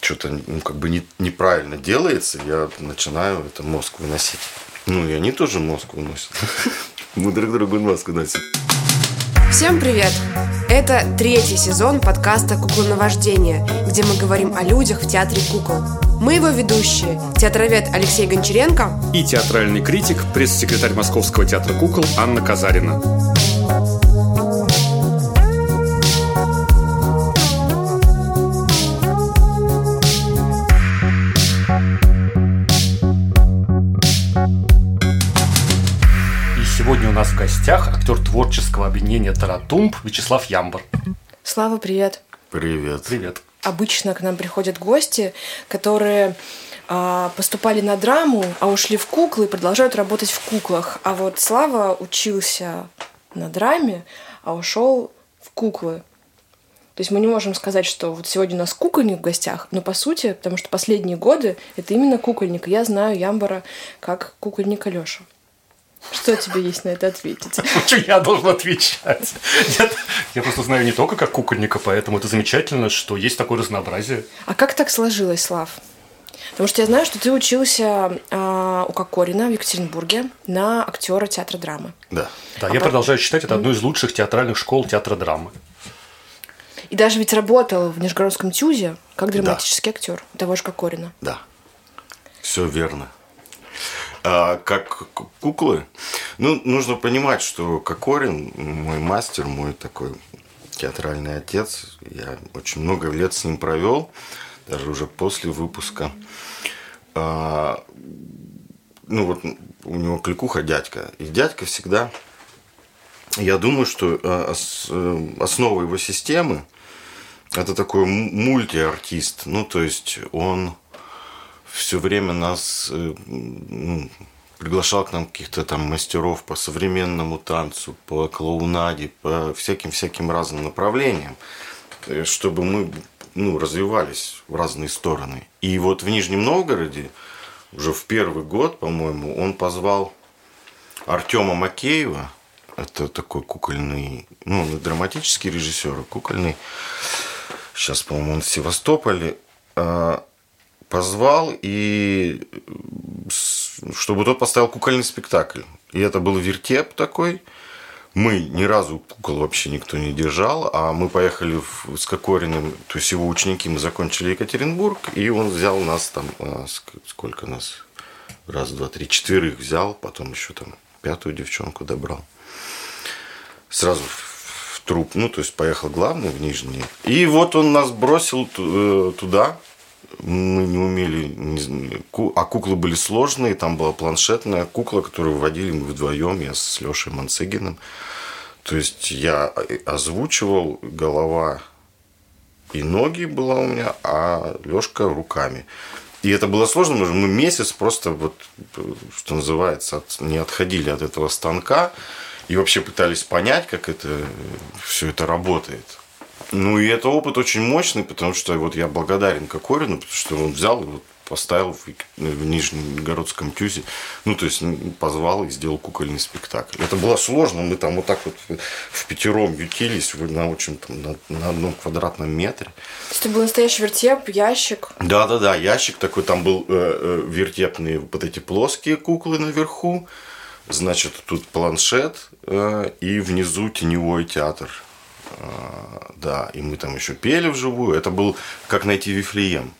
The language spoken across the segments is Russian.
что-то неправильно делается, я начинаю это мозг выносить. И они тоже мозг выносят. Мы друг другу мозг выносим. Всем привет! Это 3-й сезон подкаста «Куклоновождение», где мы говорим о людях в театре кукол. Мы его ведущие, театровед Алексей Гончаренко и театральный критик, пресс-секретарь Московского театра кукол Анна Казарина. Сегодня у нас в гостях актер творческого объединения «Таратумб» Вячеслав Ямбар. Слава, привет. Привет. Привет. Обычно к нам приходят гости, которые поступали на драму, а ушли в куклы и продолжают работать в куклах. А вот Слава учился на драме, а ушел в куклы. То есть мы не можем сказать, что вот сегодня у нас кукольник в гостях, но по сути, потому что последние годы это именно кукольник. И я знаю Ямбара как кукольника Лёшу. Что тебе есть на это ответить? Почему я должен отвечать? Я просто знаю не только как кукольника, поэтому это замечательно, что есть такое разнообразие. А как так сложилось, Слав? Потому что я знаю, что ты учился у Кокорина в Екатеринбурге на актера театра драмы. Да. Да, я продолжаю считать, это одной из лучших театральных школ театра драмы. И даже ведь работал в Нижегородском ТЮЗе как драматический актер того же Кокорина. Да, все верно. Как куклы, нужно понимать, что Кокорин, мой мастер, мой такой театральный отец, я очень много лет с ним провел, даже уже после выпуска. У него кликуха дядька, и дядька всегда, я думаю, что основа его системы это такой мультиартист, то есть он все время нас приглашал к нам каких-то там мастеров по современному танцу, по клоунаде, по всяким разным направлениям, чтобы мы развивались в разные стороны. И вот в Нижнем Новгороде уже в первый год, по-моему, он позвал Артема Макеева, это такой кукольный, драматический режиссер, кукольный, сейчас, по-моему, он в Севастополе, позвал, и чтобы тот поставил кукольный спектакль. И это был вертеп такой. Мы ни разу кукол вообще никто не держал, а мы поехали с Кокориным, то есть его ученики, мы закончили Екатеринбург, и он взял нас там, сколько нас? Раз, два, три, 4 взял, потом еще там 5-ю девчонку добрал. Сразу в труп, то есть поехал главный в Нижний. И вот он нас бросил туда. Мы не умели, а куклы были сложные, там была планшетная кукла, которую вводили мы вдвоем, я с Лешей Манцегиным. То есть я озвучивал, голова и ноги была у меня, а Лешка руками. И это было сложно, потому что мы месяц просто, что называется, не отходили от этого станка и вообще пытались понять, как это все это работает. И это опыт очень мощный, потому что я благодарен Кокорину, потому что он взял и поставил в Нижегородском ТЮЗе, то есть позвал и сделал кукольный спектакль. Это было сложно, мы там вот так вот впятером ютились на одном квадратном метре. То есть это был настоящий вертеп, ящик? Да, ящик такой, там был вертепные вот эти плоские куклы наверху, значит, тут планшет и внизу теневой театр. Да, и мы там еще пели вживую. Это был «Как найти Вифлеем».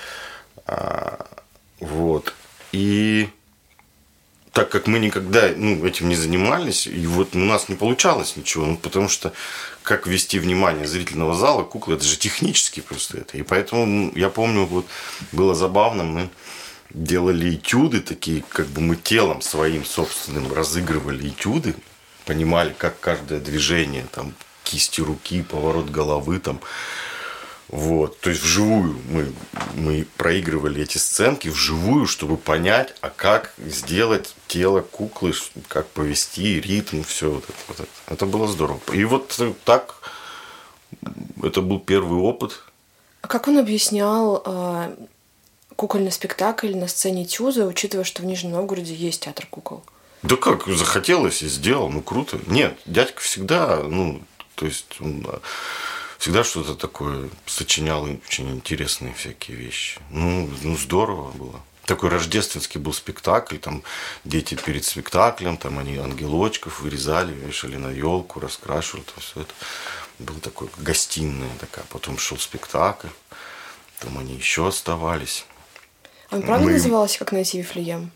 И так как мы никогда этим не занимались, и у нас не получалось ничего, потому что как ввести внимание зрительного зала, куклы, это же технически просто это. И поэтому, я помню, было забавно, мы делали этюды такие, как бы мы телом своим собственным разыгрывали этюды, понимали, как каждое движение там, кисти руки, поворот головы там. То есть вживую мы проигрывали эти сценки вживую, чтобы понять, а как сделать тело куклы, как повести ритм, все это. Это было здорово. И так это был первый опыт. А как он объяснял кукольный спектакль на сцене ТЮЗа, учитывая, что в Нижнем Новгороде есть театр кукол? Да как, захотелось и сделал, круто. Нет, дядька всегда, то есть он всегда что-то такое сочинял, очень интересные всякие вещи. Ну, здорово было. Такой рождественский был спектакль, там дети перед спектаклем, там они ангелочков вырезали, вешали на елку, раскрашивали, то все это. Был такой гостиная такая, потом шел спектакль, там они еще оставались. Он правда назывался «Как найти Вифлеем»?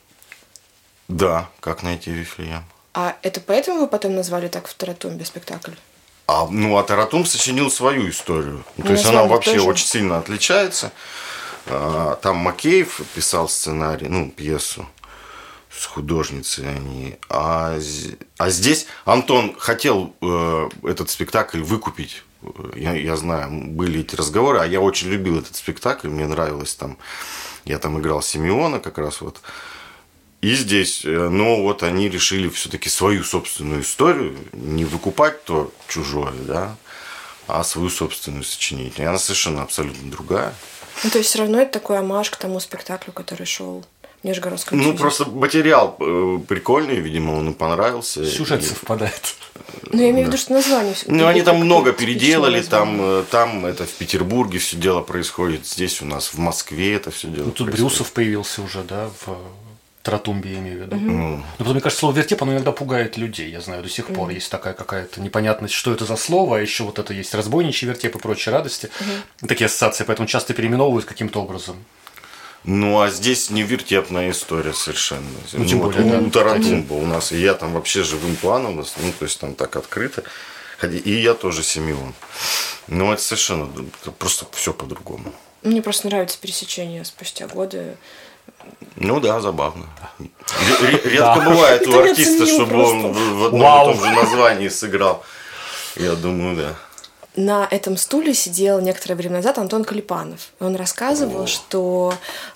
Да, «Как найти Вифлеем». А это поэтому вы потом назвали так в Таратумбе спектакль? А Таратум сочинил свою историю. То есть она вообще тоже очень сильно отличается. Там Макеев писал сценарий, пьесу с художницей они. А здесь Антон хотел этот спектакль выкупить. Я знаю, были эти разговоры, а я очень любил этот спектакль, мне нравилось там. Я там играл Симеона как раз вот. И здесь, они решили все-таки свою собственную историю, не выкупать то чужое, да, а свою собственную сочинить. И она совершенно абсолютно другая. То есть все равно это такой омаж к тому спектаклю, который шел в Нижегородском ТЮЗе. Просто материал прикольный, видимо, он им понравился. Сюжет совпадает. Я имею в виду, что название... они там много переделали, там это в Петербурге все дело происходит, здесь у нас в Москве это все дело тут происходит. Брюсов появился уже, да, в Таратумбе, я имею в виду. Но потом, мне кажется, слово вертеп, оно иногда пугает людей. Я знаю, до сих пор есть такая какая-то непонятность, что это за слово, а еще вот это есть разбойничий вертеп и прочие радости. Такие ассоциации, поэтому часто переименовывают каким-то образом. А здесь не вертепная история совершенно. Тем более, у Таратумба у нас, и я там вообще живым планом, то есть там так открыто. И я тоже Симеон. Это совершенно, просто все по-другому. Мне просто нравится пересечение спустя годы. Да, забавно. Редко бывает у артиста, чтобы он в одном и том же названии сыграл. Я думаю, да. На этом стуле сидел некоторое время назад Антон Калипанов. Он рассказывал, что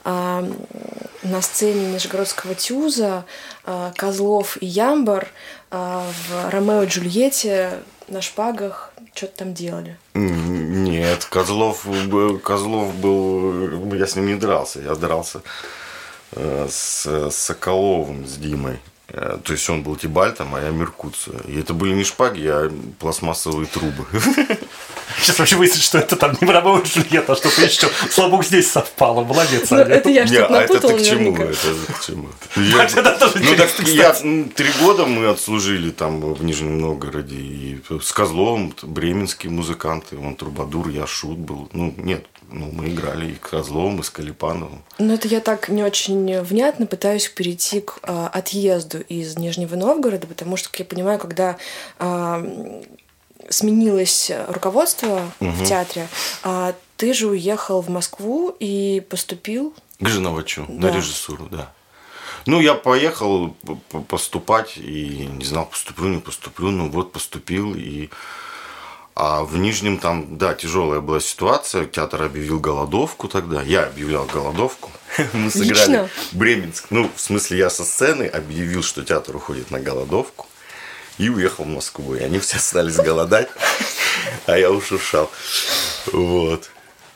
на сцене Нижегородского ТЮЗа Козлов и Ямбар в «Ромео и Джульетте» на шпагах что-то там делали. Нет, Козлов был... Я с ним не дрался. Я дрался с Соколовым, с Димой. То есть он был Тибальтом, а я Меркуцио. И это были не шпаги, а пластмассовые трубы. Сейчас вообще выяснится, что это там не Ромео и Джульетта, а что-то еще. Слава богу, здесь совпало. Молодец, Аня. Это я что-то напутала. Это к чему? Я 3 года мы отслужили там в Нижнем Новгороде. И с Козловым, бременские музыканты. Он трубадур, я шут был. Мы играли и с Козловым, и с Калипановым. Это я так не очень внятно пытаюсь перейти к отъезду из Нижнего Новгорода, потому что, как я понимаю, когда сменилось руководство в театре, ты же уехал в Москву и поступил... К Женовачу, на режиссуру, да. Я поехал поступать и не знал, поступлю, не поступлю, поступил и... А в Нижнем там, тяжелая была ситуация. Театр объявил голодовку тогда. Я объявлял голодовку. Мы сыграли Бременск. В смысле, я со сцены объявил, что театр уходит на голодовку. И уехал в Москву. И они все остались голодать. А я уж ушел. Вот.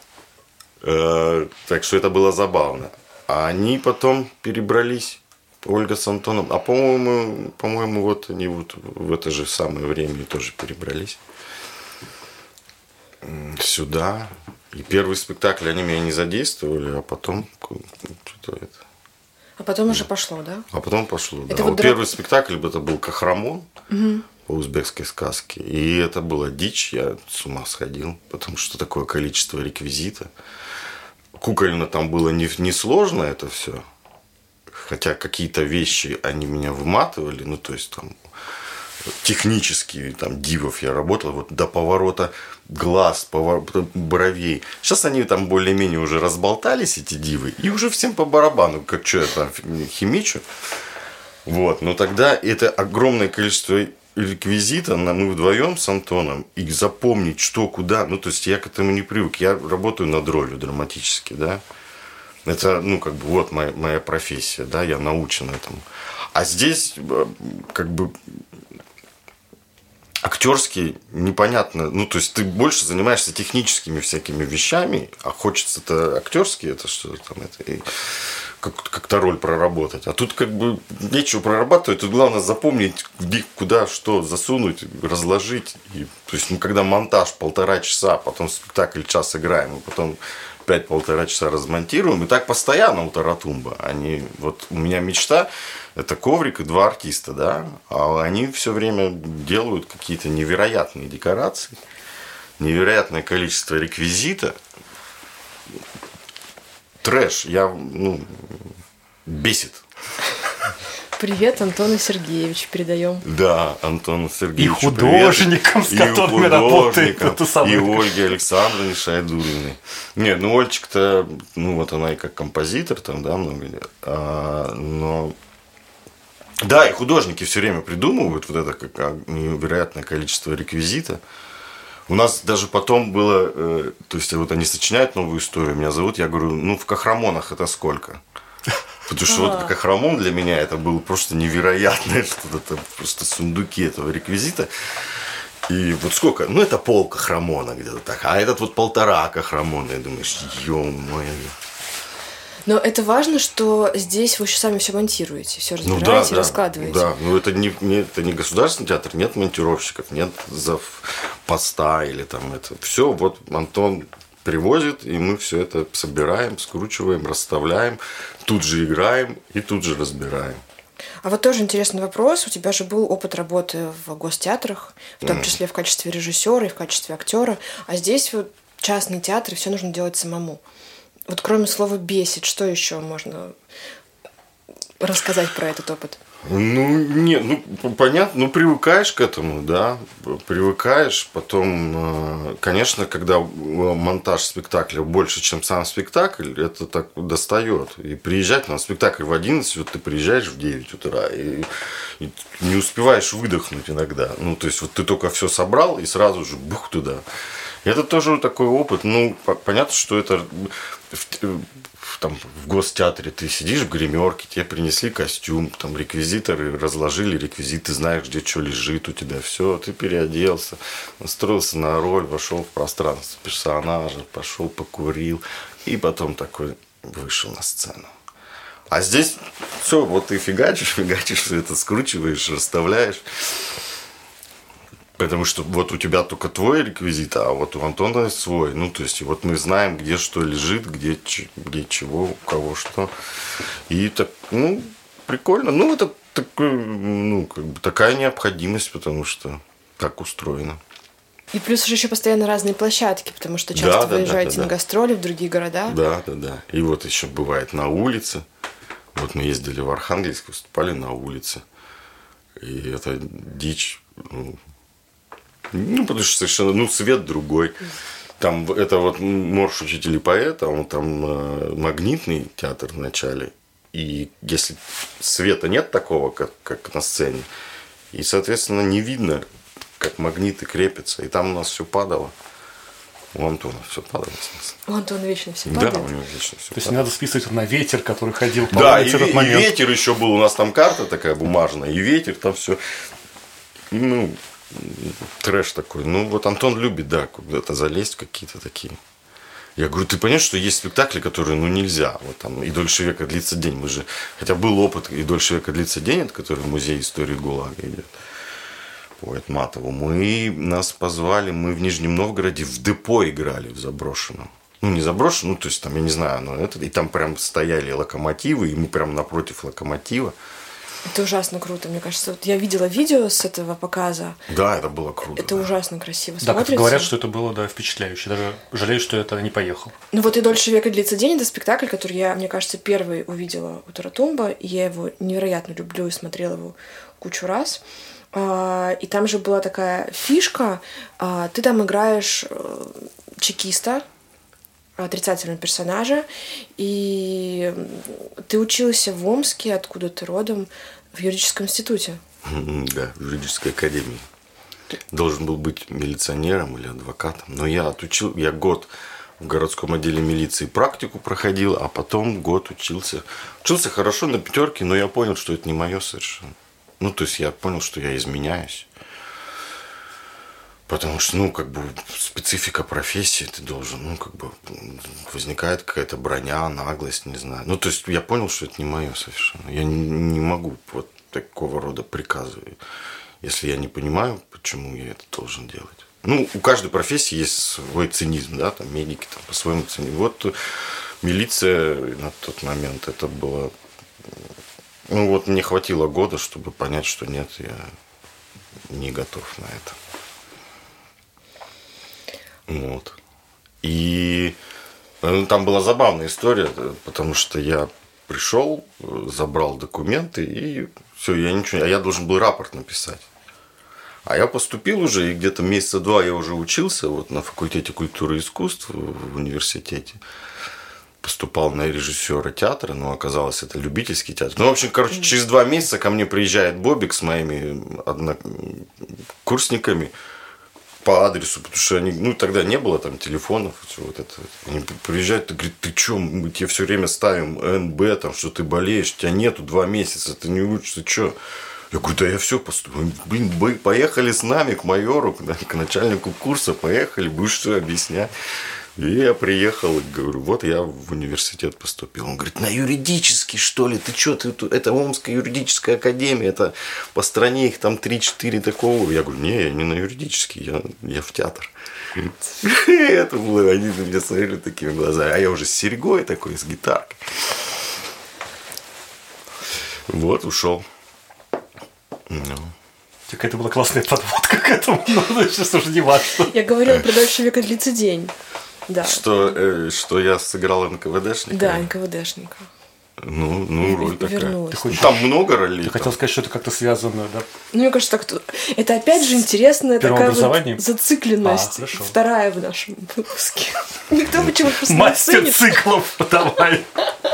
Так что это было забавно. А они потом перебрались. Ольга с Антоном. А по-моему, они в это же самое время тоже перебрались сюда. И первый спектакль они меня не задействовали, а потом что-то это. А потом уже пошло, да? А потом пошло, да. Это Первый спектакль это был Кахрамон по узбекской сказке. И это была дичь, я с ума сходил, потому что такое количество реквизита. Кукольно там было не сложно это все. Хотя какие-то вещи они меня выматывали, то есть там технически, там, дивов я работал, до поворота глаз, бровей. Сейчас они там более-менее уже разболтались, эти дивы, и уже всем по барабану, как что я там химичу. Но тогда это огромное количество реквизита, мы вдвоем с Антоном, и запомнить, что, куда, то есть я к этому не привык. Я работаю над ролью драматически, да. Это, моя профессия, да, я научен этому. А здесь, актерский непонятно. То есть ты больше занимаешься техническими всякими вещами, а хочется-то актерский, это что там, это. И как-то роль проработать. А тут как бы нечего прорабатывать, тут главное запомнить, где, куда, что засунуть, разложить. И, то есть, когда монтаж 1,5 часа, потом спектакль час играем, и потом 1,5 часа размонтируем. И так постоянно у Таратумба. Вот у меня мечта – это коврик и 2 артиста, да? А они все время делают какие-то невероятные декорации, невероятное количество реквизита. Трэш. Бесит. Привет Антону Сергеевичу передаем. Да, Антону Сергеевичу. И художникам, привет. с которыми работает это самое. И Ольге Александровне Шайдуллиной. Нет, Ольчик-то, она и как композитор там, да, много лет. Но да, и художники все время придумывают вот это невероятное количество реквизита. У нас даже потом было, то есть вот они сочиняют новую историю, меня зовут, я говорю, в Кахрамонах это сколько? Потому что вот Кахрамон для меня это было просто невероятное что-то, там просто сундуки этого реквизита. И вот сколько? Это пол Кахрамона где-то так, а этот вот 1,5 Кахрамона, и думаешь, ё-моё. Но это важно, что здесь вы еще сами все монтируете, все разбираете, раскладываете. Да, это не государственный театр, нет монтировщиков, нет поста или там это. Все, вот Антон привозит, и мы все это собираем, скручиваем, расставляем, тут же играем и тут же разбираем. А вот тоже интересный вопрос. У тебя же был опыт работы в гостеатрах, в том числе в качестве режиссера и в качестве актера. А здесь вот частный театр, и все нужно делать самому. Вот кроме слова «бесит», что еще можно рассказать про этот опыт? Понятно, привыкаешь к этому, да, привыкаешь, потом, конечно, когда монтаж спектакля больше, чем сам спектакль, это так достает. И приезжать на спектакль в 11, вот ты приезжаешь в 9 утра, и не успеваешь выдохнуть иногда. То есть, вот ты только все собрал, и сразу же бух туда. И это тоже такой опыт. Понятно, что это в гостеатре ты сидишь в гримерке, тебе принесли костюм, там реквизиторы разложили реквизит, ты знаешь, где что лежит у тебя, все, ты переоделся, настроился на роль, вошел в пространство персонажа, пошел покурил, и потом такой вышел на сцену. А здесь все, вот ты фигачишь, все это скручиваешь, расставляешь. Потому что вот у тебя только твой реквизит, а вот у Антона свой. То есть, вот мы знаем, где что лежит, где чего, у кого что. И так, прикольно. Это такой, такая необходимость, потому что так устроено. И плюс уже еще постоянно разные площадки, потому что часто выезжаете на гастроли в другие города. Да. И вот еще бывает на улице. Вот мы ездили в Архангельск, выступали на улице. И это дичь. Потому что совершенно, свет другой. Там это вот Морж учитель и поэт, а он там магнитный театр в начале. И если света нет такого, как на сцене, и, соответственно, не видно, как магниты крепятся. И там у нас все падало. У Антона все падало. У Антона вечно все падает. Да, у него вечно все падает. То есть не надо списывать на ветер, который ходил по улице в этот момент. И ветер еще был. У нас там карта такая бумажная. И ветер там все. Трэш такой. Вот Антон любит, куда-то залезть, какие-то такие. Я говорю, ты понимаешь, что есть спектакли, которые, нельзя. Вот там «И дольше века длится день». Мы же, хотя был опыт «И дольше века длится день», это который в Музее истории ГУЛАГа идет. По Айтматову. Нас позвали, мы в Нижнем Новгороде в депо играли, в заброшенном. Не заброшенном, то есть там, я не знаю, и там прям стояли локомотивы, и мы прям напротив локомотива. Это ужасно круто, мне кажется. Вот я видела видео с этого показа. Да, это было круто. Это ужасно красиво смотрится. Да, говорят, что это было, впечатляюще. Даже жалею, что это не поехал. «И дольше века длится день» — это спектакль, который я, мне кажется, первый увидела у Таратумба. И я его невероятно люблю и смотрела его кучу раз. И там же была такая фишка. Ты там играешь чекиста, отрицательного персонажа, и ты учился в Омске, откуда ты родом, в юридическом институте. Да, в юридической академии. Должен был быть милиционером или адвокатом, но я год в городском отделе милиции практику проходил, а потом год учился. Учился хорошо на 5, но я понял, что это не мое совершенно. То есть я понял, что я изменяюсь. Потому что, ну, как бы, специфика профессии, ты должен, ну, как бы, возникает какая-то броня, наглость, не знаю. Ну, то есть, я понял, что это не мое совершенно. Я не могу вот такого рода приказы, если я не понимаю, почему я это должен делать. Ну, у каждой профессии есть свой цинизм, да, там, медики там, по-своему ценят. Вот милиция на тот момент, это было... Ну, вот мне хватило года, чтобы понять, что нет, я не готов на это. Вот. И там была забавная история, потому что я пришел, забрал документы, и все, я ничего... А я должен был рапорт написать. А я поступил уже, и где-то месяца 2 я уже учился вот, на факультете культуры и искусств в университете. Поступал на режиссера театра, но оказалось, это любительский театр. Ну, в общем, короче, через 2 месяца ко мне приезжает Бобик с моими однокурсниками по адресу, потому что они, ну, тогда не было там телефонов, вот это. Они приезжают и говорят, ты что, мы тебе все время ставим НБ, там, что ты болеешь, тебя нету 2 месяца, ты не учишься, что? Я говорю, да я все поступил. Блин, вы поехали с нами к майору, к начальнику курса, поехали, будешь все объяснять. И я приехал и говорю, вот я в университет поступил. Он говорит, на юридический, что ли? Ты что, это Омская юридическая академия, это по стране их там 3-4 такого. Я говорю, не, я не на юридический, я в театр. Это было, они на меня смотрели такими глазами. А я уже с серьгой такой, с гитаркой. Вот, ушел. Какая-то была классная подводка к этому, но сейчас уже не важно. Я говорила, про дольше века длится день. Да. Что я сыграл НКВДшника? Да, НКВДшника. Ну, роль такая. Хочешь... Там много ролей. Ты хотел сказать, что это как-то связано, да? Ну, мне кажется, так... это опять же интересная такая вот зацикленность. Вторая в нашем выпуске. Никто почему-то просто мастер циклов, давай.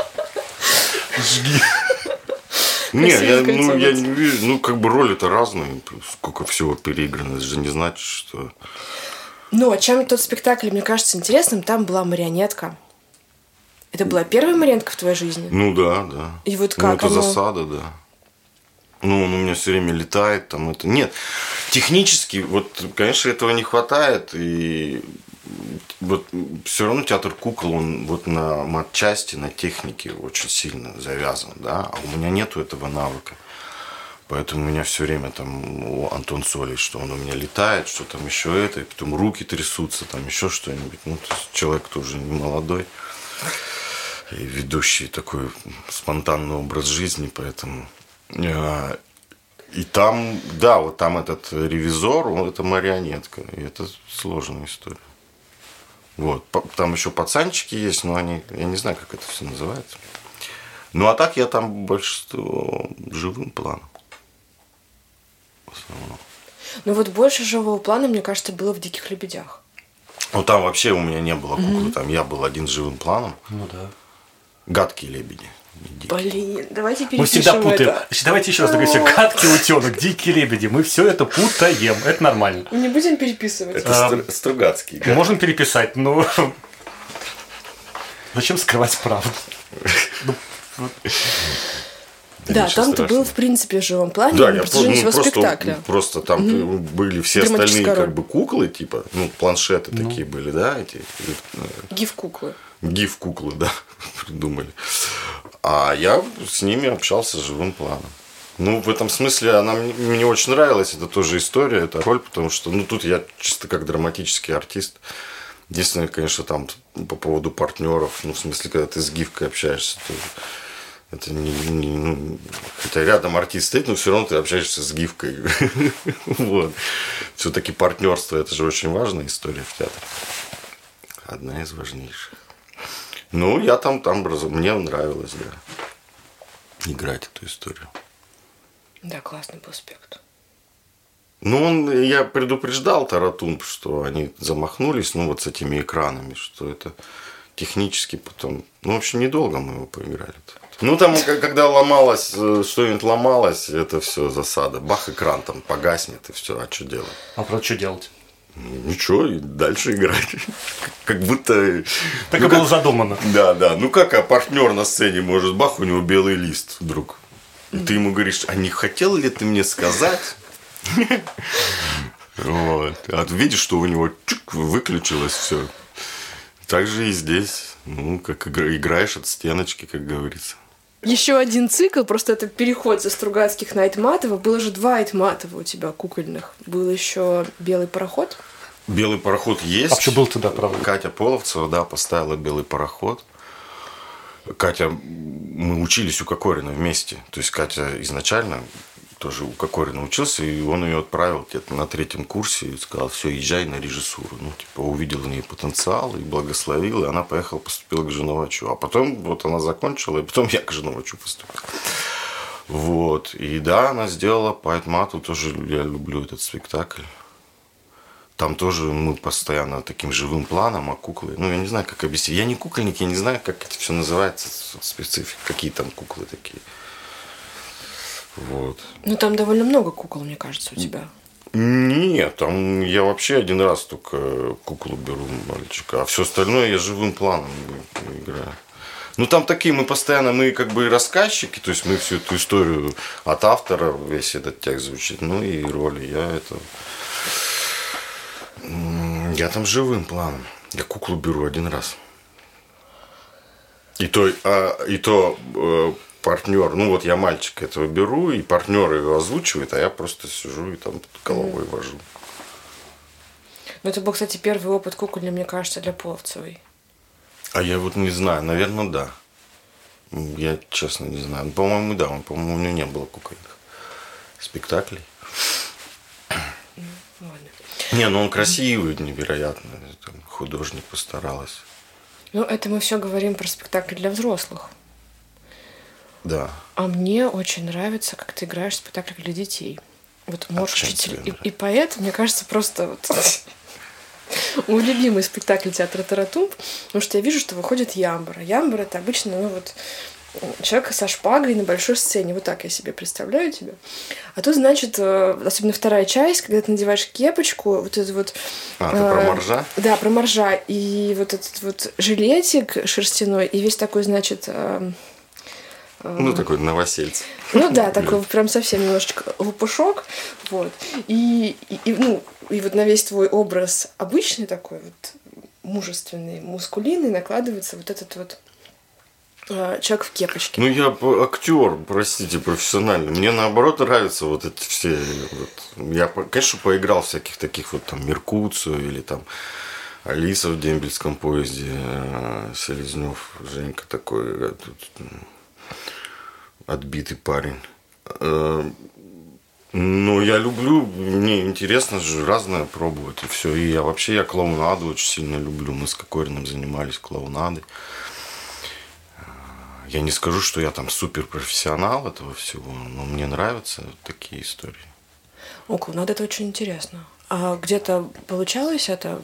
Жги. Не, я не вижу, ну, как бы роли-то разные, сколько всего переиграно, это же не значит, что... Но чем тот спектакль, мне кажется, интересным, там была марионетка. Это была первая марионетка в твоей жизни? Ну, да. И вот как это засада, да. Ну, он у меня все время летает, там это... Нет, технически, вот, конечно, этого не хватает, и... Вот все равно театр кукол, он вот на матчасти, на технике очень сильно завязан, да, а у меня нету этого навыка. Поэтому у меня все время там Антон Солей, что он у меня летает, что там еще это, и потом руки трясутся, там еще что-нибудь. Ну, то есть человек тоже не молодой и ведущий такой спонтанный образ жизни, поэтому... И там, да, вот там этот ревизор, это марионетка, и это сложная история. Вот. Там еще пацанчики есть, но они, я не знаю, как это все называется. Ну, а так я там большинство живым планом. В основном. Ну, вот больше живого плана, мне кажется, было в «Диких лебедях». Ну, там вообще у меня не было куклы, там я был один живым планом. Ну, да. Гадкие лебеди. Блин, давайте перепишем. Мы всегда путаем. Это. Давайте еще раз договоримся. Гадкий утенок, дикие лебеди. Мы все это путаем. Это нормально. Мы не будем переписывать. Это Стругацкий. Можем переписать, но... Зачем скрывать правду? Да, там ты был, в принципе, в живом плане да, на протяжении всего спектакля. Просто там были все остальные как бы куклы, типа, ну, планшеты такие были, да, эти... Гиф-куклы. Гиф-куклы, да, придумали. А я с ними общался живым планом. Ну, в этом смысле она мне очень нравилась. Это тоже история, это роль, потому что, ну, тут я чисто как драматический артист. Единственное, конечно, там по поводу партнеров, ну, в смысле, когда ты с гифкой общаешься, то это ну, хотя рядом артист стоит, но все равно ты общаешься с гифкой. Вот. Все-таки партнерство, это же очень важная история в театре. Одна из важнейших. Ну, я там мне нравилось, да, играть эту историю. Да, классный был спектр. Ну, я предупреждал Таратун, что они замахнулись, ну, вот с этими экранами, что это технически потом... Ну, в общем, недолго мы его поиграли. Ну, там, когда ломалось, что-нибудь ломалось, это все засада. Бах, экран там погаснет, и все, а что делать? А про что делать? Ничего, и дальше играть. Как будто... Так и было задумано. Да. Ну, как партнер на сцене может, бах, у него белый лист вдруг. И ты ему говоришь, а не хотел ли ты мне сказать, Вот. А видишь, что у него выключилось все. Так же и здесь. Ну, как играешь от стеночки, как говорится. Еще один цикл, просто это переход со Стругацких на Айтматова. Было же 2 Айтматова у тебя кукольных. Был еще «Белый пароход». «Белый пароход» есть. А что был тогда, правда? Катя Половцева, да, поставила «Белый пароход». Катя, мы учились у Кокорина вместе. То есть Катя изначально тоже у Кокорина учился, и он ее отправил где-то на 3-м курсе и сказал: все, езжай на режиссуру. Ну, типа, увидел в ней потенциал и благословил, и она поехала, поступила к Женовачу. А потом вот она закончила, и потом я к Женовачу поступил. Вот. И да, она сделала по Айтмату, тоже я люблю этот спектакль. Там тоже мы постоянно таким живым планом, а куклы... Ну, я не знаю, как объяснить. Я не кукольник, я не знаю, как это все называется, специфика, какие там куклы такие. Вот. Ну, там довольно много кукол, мне кажется, у тебя. Нет, там я вообще один раз только куклу беру мальчика, а все остальное я живым планом играю. Ну, там такие, мы постоянно, мы как бы рассказчики, то есть мы всю эту историю от автора, весь этот текст звучит, ну и роли. Я там живым планом. Я куклу беру один раз. И то партнер, ну вот я мальчика этого беру, и партнер его озвучивает, а я просто сижу и там головой вожу. Ну, это был, кстати, первый опыт кукольный, мне кажется, для Половцевой. А я вот не знаю, наверное, да. Я честно не знаю. Ну, по-моему, да. По-моему, у меня не было кукольных спектаклей. Ладно. Не, ну он красивый, невероятно. Там художник постаралась. Ну, это мы все говорим про спектакль для взрослых. Да. А мне очень нравится, как ты играешь в спектакль для детей. Вот «Морж, учитель и поэт», мне кажется, просто вот мой любимый спектакль театра Таратумб, потому что я вижу, что выходит ямбура. Ямбура — это обычно, ну вот, человек со шпагой на большой сцене. Вот так я себе представляю тебя. А тут, значит, особенно вторая часть, когда ты надеваешь кепочку, вот это вот... А, ты про моржа? Да, про моржа. И вот этот вот жилетик шерстяной, и весь такой, значит... Ну, такой новосельц. Ну да, такой прям совсем немножечко лопушок. Вот. И вот на весь твой образ обычный такой вот мужественный, мускулинный накладывается вот этот вот человек в кепочке. Ну, я актер, простите, профессиональный. Мне наоборот нравятся вот эти все. Вот. Я, конечно, поиграл всяких таких вот там Меркуцио или там Алиса в дембельском поезде, Селезнев, Женька такой отбитый парень. Ну, я люблю, мне интересно же разное пробовать, и все. И я клоунаду очень сильно люблю. Мы с Кокориным занимались клоунадой. Я не скажу, что я там суперпрофессионал этого всего, но мне нравятся такие истории. Клоунада — это очень интересно. А где-то получалось это?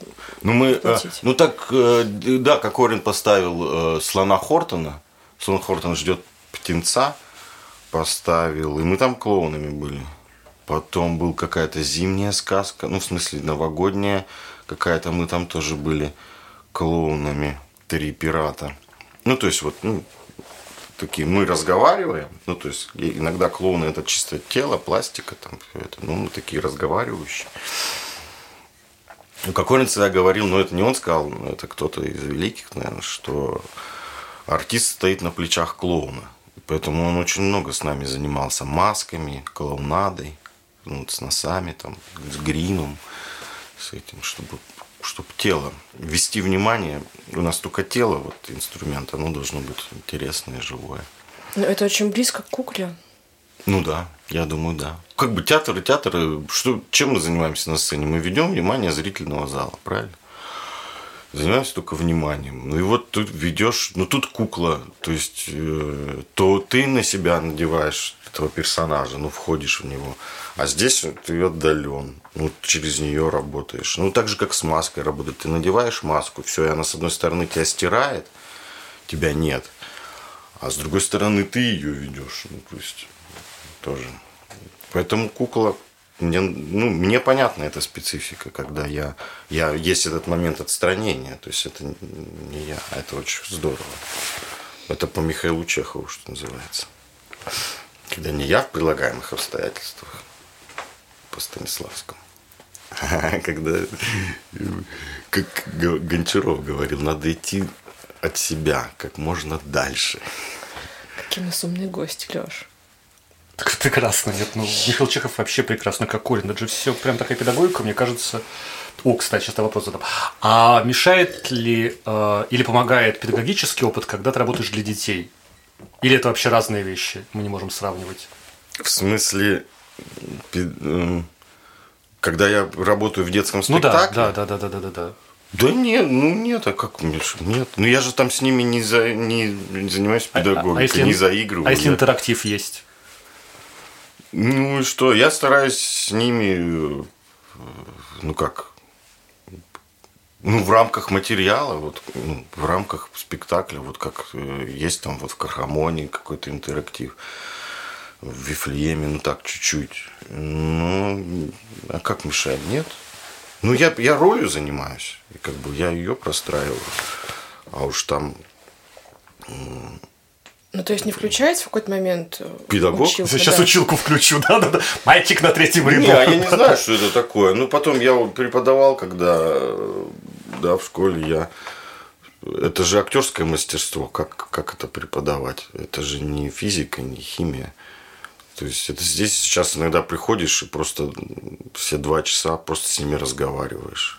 Да, Кокорин поставил слона Хортона. Слон Хортон ждет птенца. Поставил, и мы там клоунами были. Потом был какая-то зимняя сказка, ну, в смысле, новогодняя какая-то, мы там тоже были клоунами, 3 пирата. Ну, то есть, вот, такие, мы разговариваем, ну, то есть, иногда клоуны — это чисто тело, пластика, там, все это, ну, мы такие разговаривающие. Кокорин всегда говорил, но это не он сказал, это кто-то из великих, наверное, что артист стоит на плечах клоуна. Поэтому он очень много с нами занимался масками, клоунадой, с носами, там, с гримом, с этим, чтобы тело ввести внимание. У нас только тело, вот инструмент, оно должно быть интересное, живое. Но это очень близко к кукле. Ну да, я думаю, да. Как бы театр, чем мы занимаемся на сцене? Мы ведем внимание зрительного зала, правильно? Занимаемся только вниманием. Ну и вот тут ведешь, тут кукла, то есть то ты на себя надеваешь этого персонажа, входишь в него, а здесь ты отдален, через нее работаешь. Так же, как с маской работает. Ты надеваешь маску, все, и она с одной стороны тебя стирает, тебя нет, а с другой стороны ты ее ведешь, то есть тоже. Поэтому кукла. Мне понятна эта специфика, когда есть этот момент отстранения, то есть это не я, а это очень здорово. Это по Михаилу Чехову, что называется. Когда не я в прилагаемых обстоятельствах, по Станиславскому. Когда, как Гончаров говорил, надо идти от себя как можно дальше. Какие у нас умные гости, Лёш. Так прекрасно, нет, ну, Михаил Чехов вообще прекрасно, как Корин. Это же все прям такая педагогика, мне кажется. О, кстати, сейчас вопрос задам. А мешает ли или помогает педагогический опыт, когда ты работаешь для детей? Или это вообще разные вещи, мы не можем сравнивать? В смысле, когда я работаю в детском спектакле? Ну да. Да нет, нет, а как Миша, нет. Ну я же там с ними не занимаюсь педагогикой, не заигрываю. А если интерактив есть? Ну и что, я стараюсь с ними, в рамках материала, вот, в рамках спектакля, вот как есть там вот в Кархамоне какой-то интерактив, в Вифлееме, ну так чуть-чуть. Ну, а как мешает? Нет. Ну, я ролью занимаюсь, и как бы я ее простраиваю, а уж там... Ну, то есть не включается в какой-то момент педагог? Училка, Сейчас да. училку включу, да. Мальчик на третьем ряду. Не, я не знаю, что это такое. Ну, потом я преподавал, когда, в школе это же актерское мастерство, как это преподавать. Это же не физика, не химия. То есть это здесь сейчас иногда приходишь и просто все 2 часа просто с ними разговариваешь.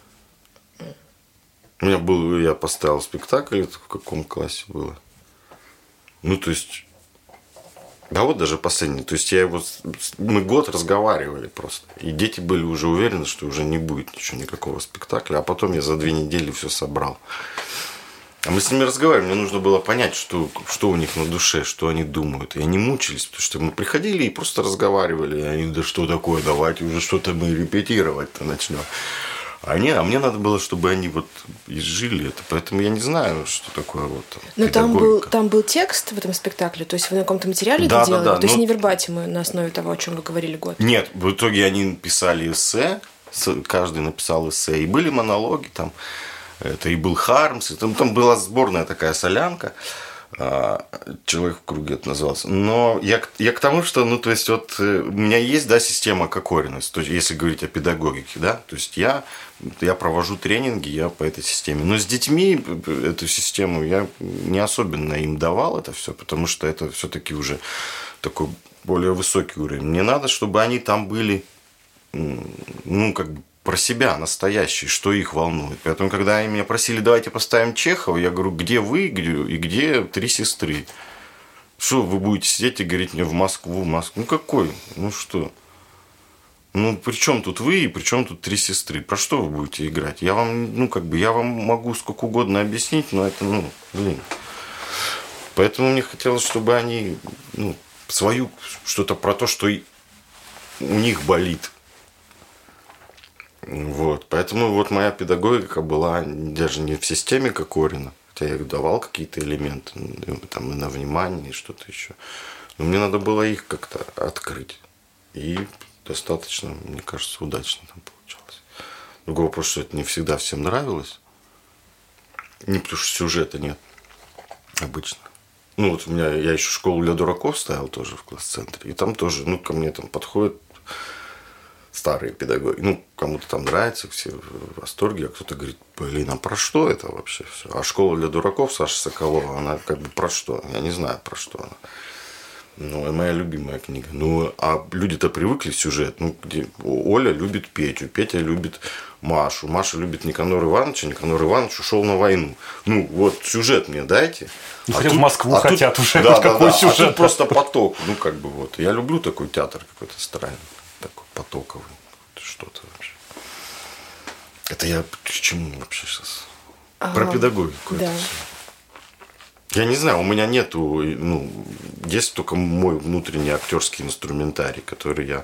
Я поставил спектакль, это в каком классе было? Ну, то есть, да вот даже последний. То есть мы год разговаривали просто. И дети были уже уверены, что уже не будет никакого спектакля. А потом я за 2 недели все собрал. А мы с ними разговаривали, мне нужно было понять, что у них на душе, что они думают. И они мучились, потому что мы приходили и просто разговаривали. И они, да что такое, давайте уже что-то мы репетировать-то начнем. А мне надо было, чтобы они вот изжили это. Поэтому я не знаю, что такое вот Но педагогика. там был текст в этом спектакле? То есть вы на каком-то материале это делали? Да. То есть не вербатимы на основе того, о чем вы говорили год? Нет, в итоге они писали эссе, каждый написал эссе. И были монологи там. Это и был Хармс, и там была сборная такая солянка. Человек в круге это назывался. Но я к тому, что, у меня есть, система Кокорина, то есть, если говорить о педагогике, да, то есть я провожу тренинги, я по этой системе. Но с детьми эту систему я не особенно им давал это все, потому что это все-таки уже такой более высокий уровень. Мне надо, чтобы они там были, про себя настоящие, что их волнует. Поэтому, когда они меня просили, давайте поставим Чехова, я говорю, где вы и где 3 сестры? Что вы будете сидеть и говорить мне в Москву? Ну какой? Ну что? Ну при чем тут вы и при чем тут 3 сестры? Про что вы будете играть? Я вам, я вам могу сколько угодно объяснить, но это, Поэтому мне хотелось, чтобы они, свою, что-то про то, что у них болит. Вот, поэтому моя педагогика была даже не в системе Кокорина, хотя я давал какие-то элементы, там и на внимание, и что-то еще. Но мне надо было их как-то открыть. И достаточно, мне кажется, удачно там получалось. Другой вопрос, что это не всегда всем нравилось. Не потому что сюжета нет обычно. У меня, я еще школу для дураков ставил тоже в класс-центре. И там тоже, ко мне там подходят старые педагоги. Кому-то там нравится, все в восторге, а кто-то говорит, а про что это вообще все? А школа для дураков Саши Соколова, она как бы про что? Я не знаю, про что она. Моя любимая книга. А люди-то привыкли сюжет. Где Оля любит Петю, Петя любит Машу, Маша любит Никанора Ивановича, Никанор Иванович ушел на войну. Сюжет мне дайте. Хотя в Москву хотят уже. Какой сюжет? А тут просто поток. Я люблю такой театр какой-то странный. Такой потоковый, что-то вообще. Это я к чему вообще сейчас? Про педагогику. Да. Это все. Я не знаю, у меня нету, есть только мой внутренний актерский инструментарий, который я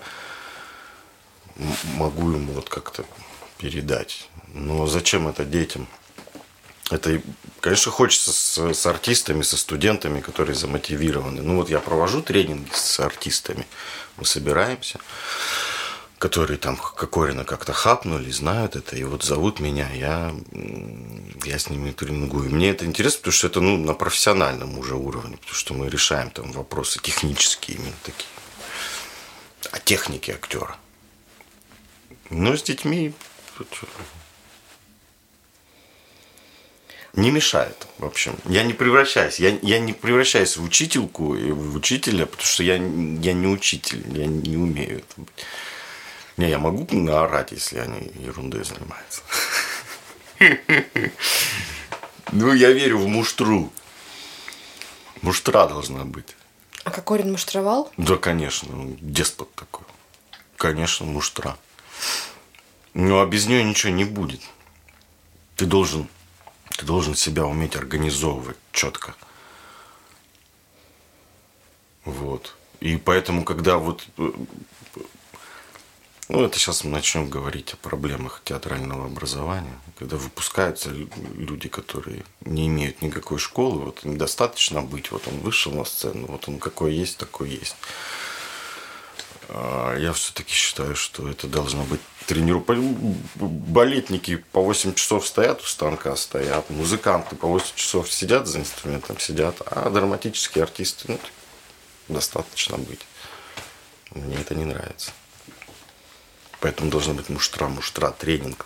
могу ему как-то передать. Но зачем это детям? Это, конечно, хочется с артистами, со студентами, которые замотивированы. Я провожу тренинги с артистами. Мы собираемся, которые там Кокорина как-то хапнули, знают это, и зовут меня, я с ними тренингую. Мне это интересно, потому что это на профессиональном уже уровне, потому что мы решаем там вопросы технические именно такие, о технике актера. Ну, с детьми не мешает, в общем. Я не превращаюсь. Я не превращаюсь в учительку и в учителя, потому что я не учитель, я не умею это быть. Не, я могу наорать, если они ерундой занимаются. Ну, я верю в муштру. Муштра должна быть. А Кокорин муштровал? Да, конечно, деспот такой. Конечно, муштра. Ну, а без нее ничего не будет. Ты должен себя уметь организовывать четко. Вот. И поэтому, когда вот... Ну, это сейчас мы начнем говорить о проблемах театрального образования. Когда выпускаются люди, которые не имеют никакой школы, вот им достаточно быть. Вот он вышел на сцену, вот он какой есть, такой есть. Я все-таки считаю, что это должно быть балетники по 8 часов стоят у станка, стоят. Музыканты по 8 часов сидят за инструментом, сидят. А драматические артисты, ну, достаточно быть. Мне это не нравится. Поэтому должна быть муштра, тренинг.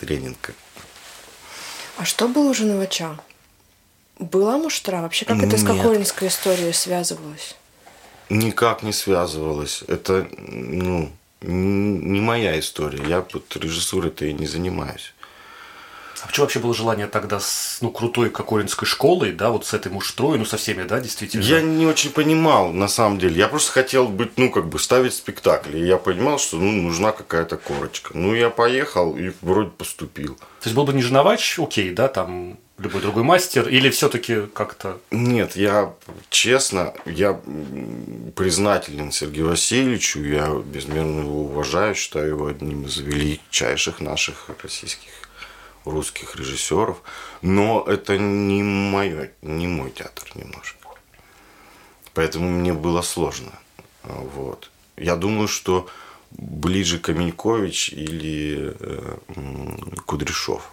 А что было у Жановича? Была муштра? Вообще, как это с кокоринской историей связывалось? Никак не связывалось. Это, ну, не моя история. Я вот режиссурой-то и не занимаюсь. А почему вообще было желание тогда с крутой кокоринской школой, да, вот с этой муштрой, ну, со всеми, да, действительно? Я не очень понимал, на самом деле. Я просто хотел быть, ну, как бы, ставить спектакли. И я понимал, что, ну, нужна какая-то корочка. Ну, я поехал и вроде поступил. То есть, был бы не Жанович, окей, да, там, любой другой мастер, или все-таки как-то... Нет, я, честно, я признателен Сергею Васильевичу. Я безмерно его уважаю, считаю его одним из величайших наших русских режиссеров, но это не мой театр немножко. Поэтому мне было сложно. Вот. Я думаю, что ближе Каменькович или Кудряшов.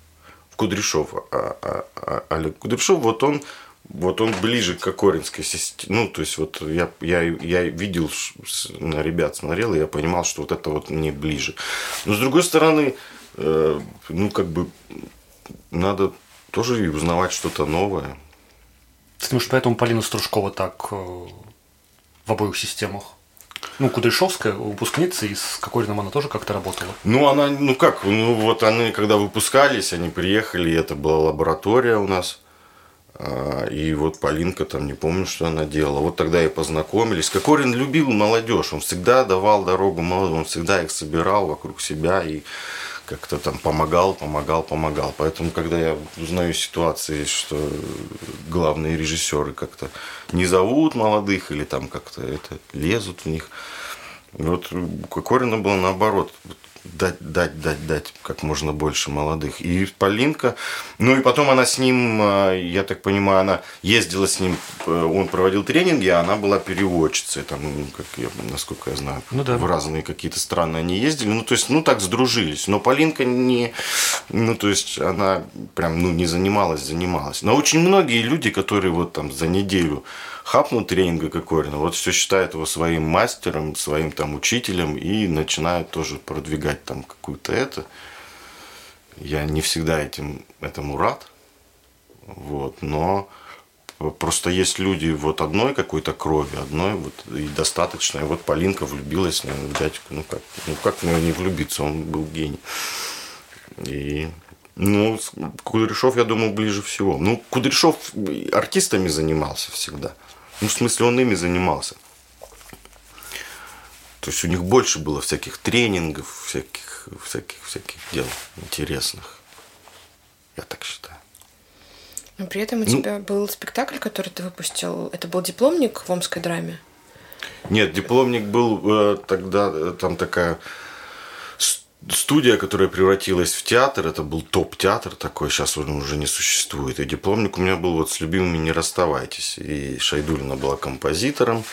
Олег Кудряшов, вот он ближе к кокоринской системе. Ну, то есть, вот я видел, на ребят смотрел, и я понимал, что вот это вот мне ближе. Но с другой стороны, ну, как бы, надо тоже и узнавать что-то новое. Ты думаешь, поэтому Полина Стружкова так в обоих системах? Ну, Кудряшовская выпускница, и с Кокориным она тоже как-то работала? Ну, она, ну как, ну вот они, когда выпускались, они приехали, и это была лаборатория у нас. И вот Полинка там, не помню, что она делала. Вот тогда и познакомились. Кокорин любил молодежь, он всегда давал дорогу молодым, он всегда их собирал вокруг себя и как-то там помогал. Поэтому, когда я узнаю ситуации, что главные режиссеры как-то не зовут молодых или там как-то это лезут в них, вот у Кокорина было наоборот. Дать как можно больше молодых. И Полинка, ну и потом она с ним, я так понимаю, она ездила с ним, он проводил тренинги, а она была переводчицей, там, как насколько я знаю, ну, да. В разные какие-то страны они ездили, ну то есть, ну так сдружились, но Полинка не, ну то есть, она прям, ну не занималась. Но очень многие люди, которые вот там за неделю хапнут тренинга Кокорина, вот все считают его своим мастером, своим там учителем и начинают тоже продвигать там какую-то это. Я не всегда этому рад, вот, но просто есть люди вот одной какой-то крови, одной вот и достаточно. И вот Полинка влюбилась в дядьку, как в него не влюбиться, он был гений. И ну, Кудряшов, я думаю, ближе всего. Ну, Кудряшов артистами занимался всегда. Ну, в смысле, он ими занимался. То есть у них больше было всяких тренингов, всяких дел интересных. Я так считаю. Но при этом у тебя был спектакль, который ты выпустил. Это был дипломник в Омской драме? Нет, дипломник был тогда, там такая студия, которая превратилась в театр. Это был топ-театр такой, сейчас он уже не существует. И дипломник у меня был вот с «Любимыми не расставайтесь». И Шайдулина была композитором.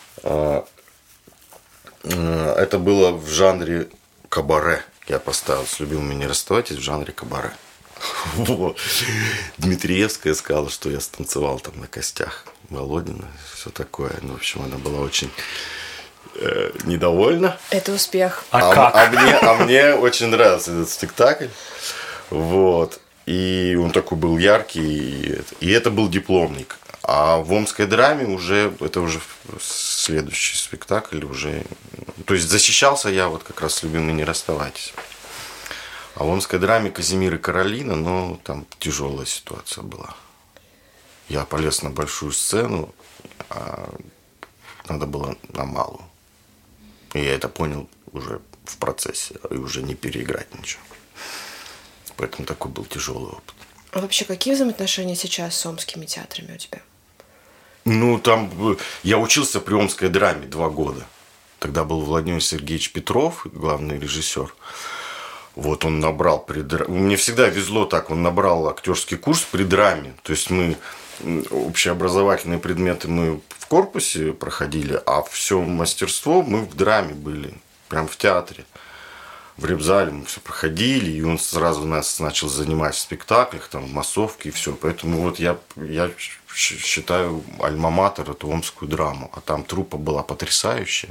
Это было в жанре кабаре. Я поставил «С любимыми не расставайтесь» в жанре кабаре. Вот. Дмитриевская сказала, что я станцевал там на костях. Володина, все такое. Ну, в общем, она была очень недовольна. Это успех. А мне очень нравился этот спектакль. Вот. И он такой был яркий. И это был дипломник. А в Омской драме это уже следующий спектакль. То есть защищался я вот как раз с «Любимый, не расставайтесь». А в Омской драме Казимир и Каролина, но там тяжелая ситуация была. Я полез на большую сцену, а надо было на малую. И я это понял уже в процессе, и уже не переиграть ничего. Поэтому такой был тяжелый опыт. А вообще, какие взаимоотношения сейчас с омскими театрами у тебя? Ну, там я учился при Омской драме 2 года. Тогда был Владимир Сергеевич Петров, главный режиссер. Вот он набрал мне всегда везло так, он набрал актерский курс при драме. То есть мы общеобразовательные предметы мы в корпусе проходили, а все мастерство мы в драме были, прям в театре. В репзале мы все проходили, и он сразу нас начал занимать в спектаклях, там, в массовке и все. Поэтому вот я считаю альма-матер эту омскую драму. А там труппа была потрясающая.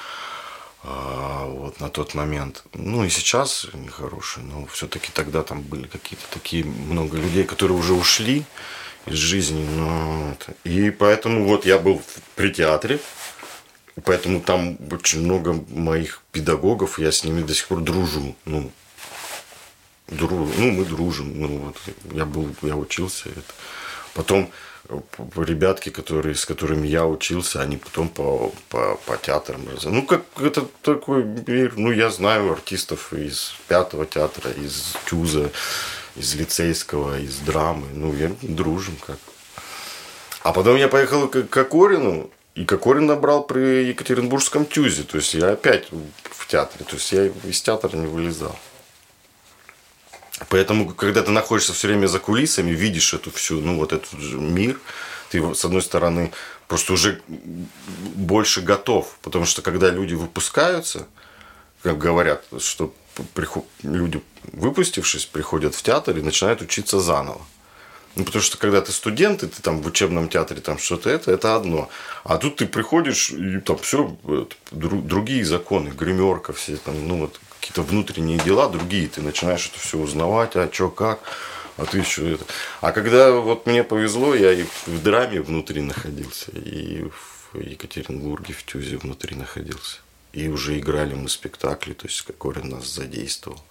Вот на тот момент. Ну и сейчас нехорошие, но все-таки тогда там были какие-то такие много людей, которые уже ушли из жизни. И поэтому вот я был при театре, поэтому там очень много моих педагогов, я с ними до сих пор дружу. Мы дружим. Я учился. Потом ребятки, с которыми я учился, они потом по театрам. Ну, как это такой мир. Ну, я знаю артистов из 5-го театра, из ТЮЗа, из лицейского, из драмы. Ну, я дружим как. А потом я поехал к Кокорину, и Кокорин набрал при Екатеринбургском ТЮЗе. То есть я опять в театре. То есть я из театра не вылезал. Поэтому, когда ты находишься все время за кулисами, видишь эту всю, этот мир, ты, с одной стороны, просто уже больше готов. Потому что, когда люди выпускаются, как говорят, что люди, выпустившись, приходят в театр и начинают учиться заново. Потому что, когда ты студент, и ты там в учебном театре там что-то это одно. А тут ты приходишь, и там все, другие законы, гримерка, все там, какие-то внутренние дела, другие. Ты начинаешь это все узнавать, а что, как, а ты еще это. А когда вот мне повезло, я и в драме внутри находился, и в Екатеринбурге, в ТЮЗе внутри находился. И уже играли мы спектакли, то есть Кокорин нас задействовал.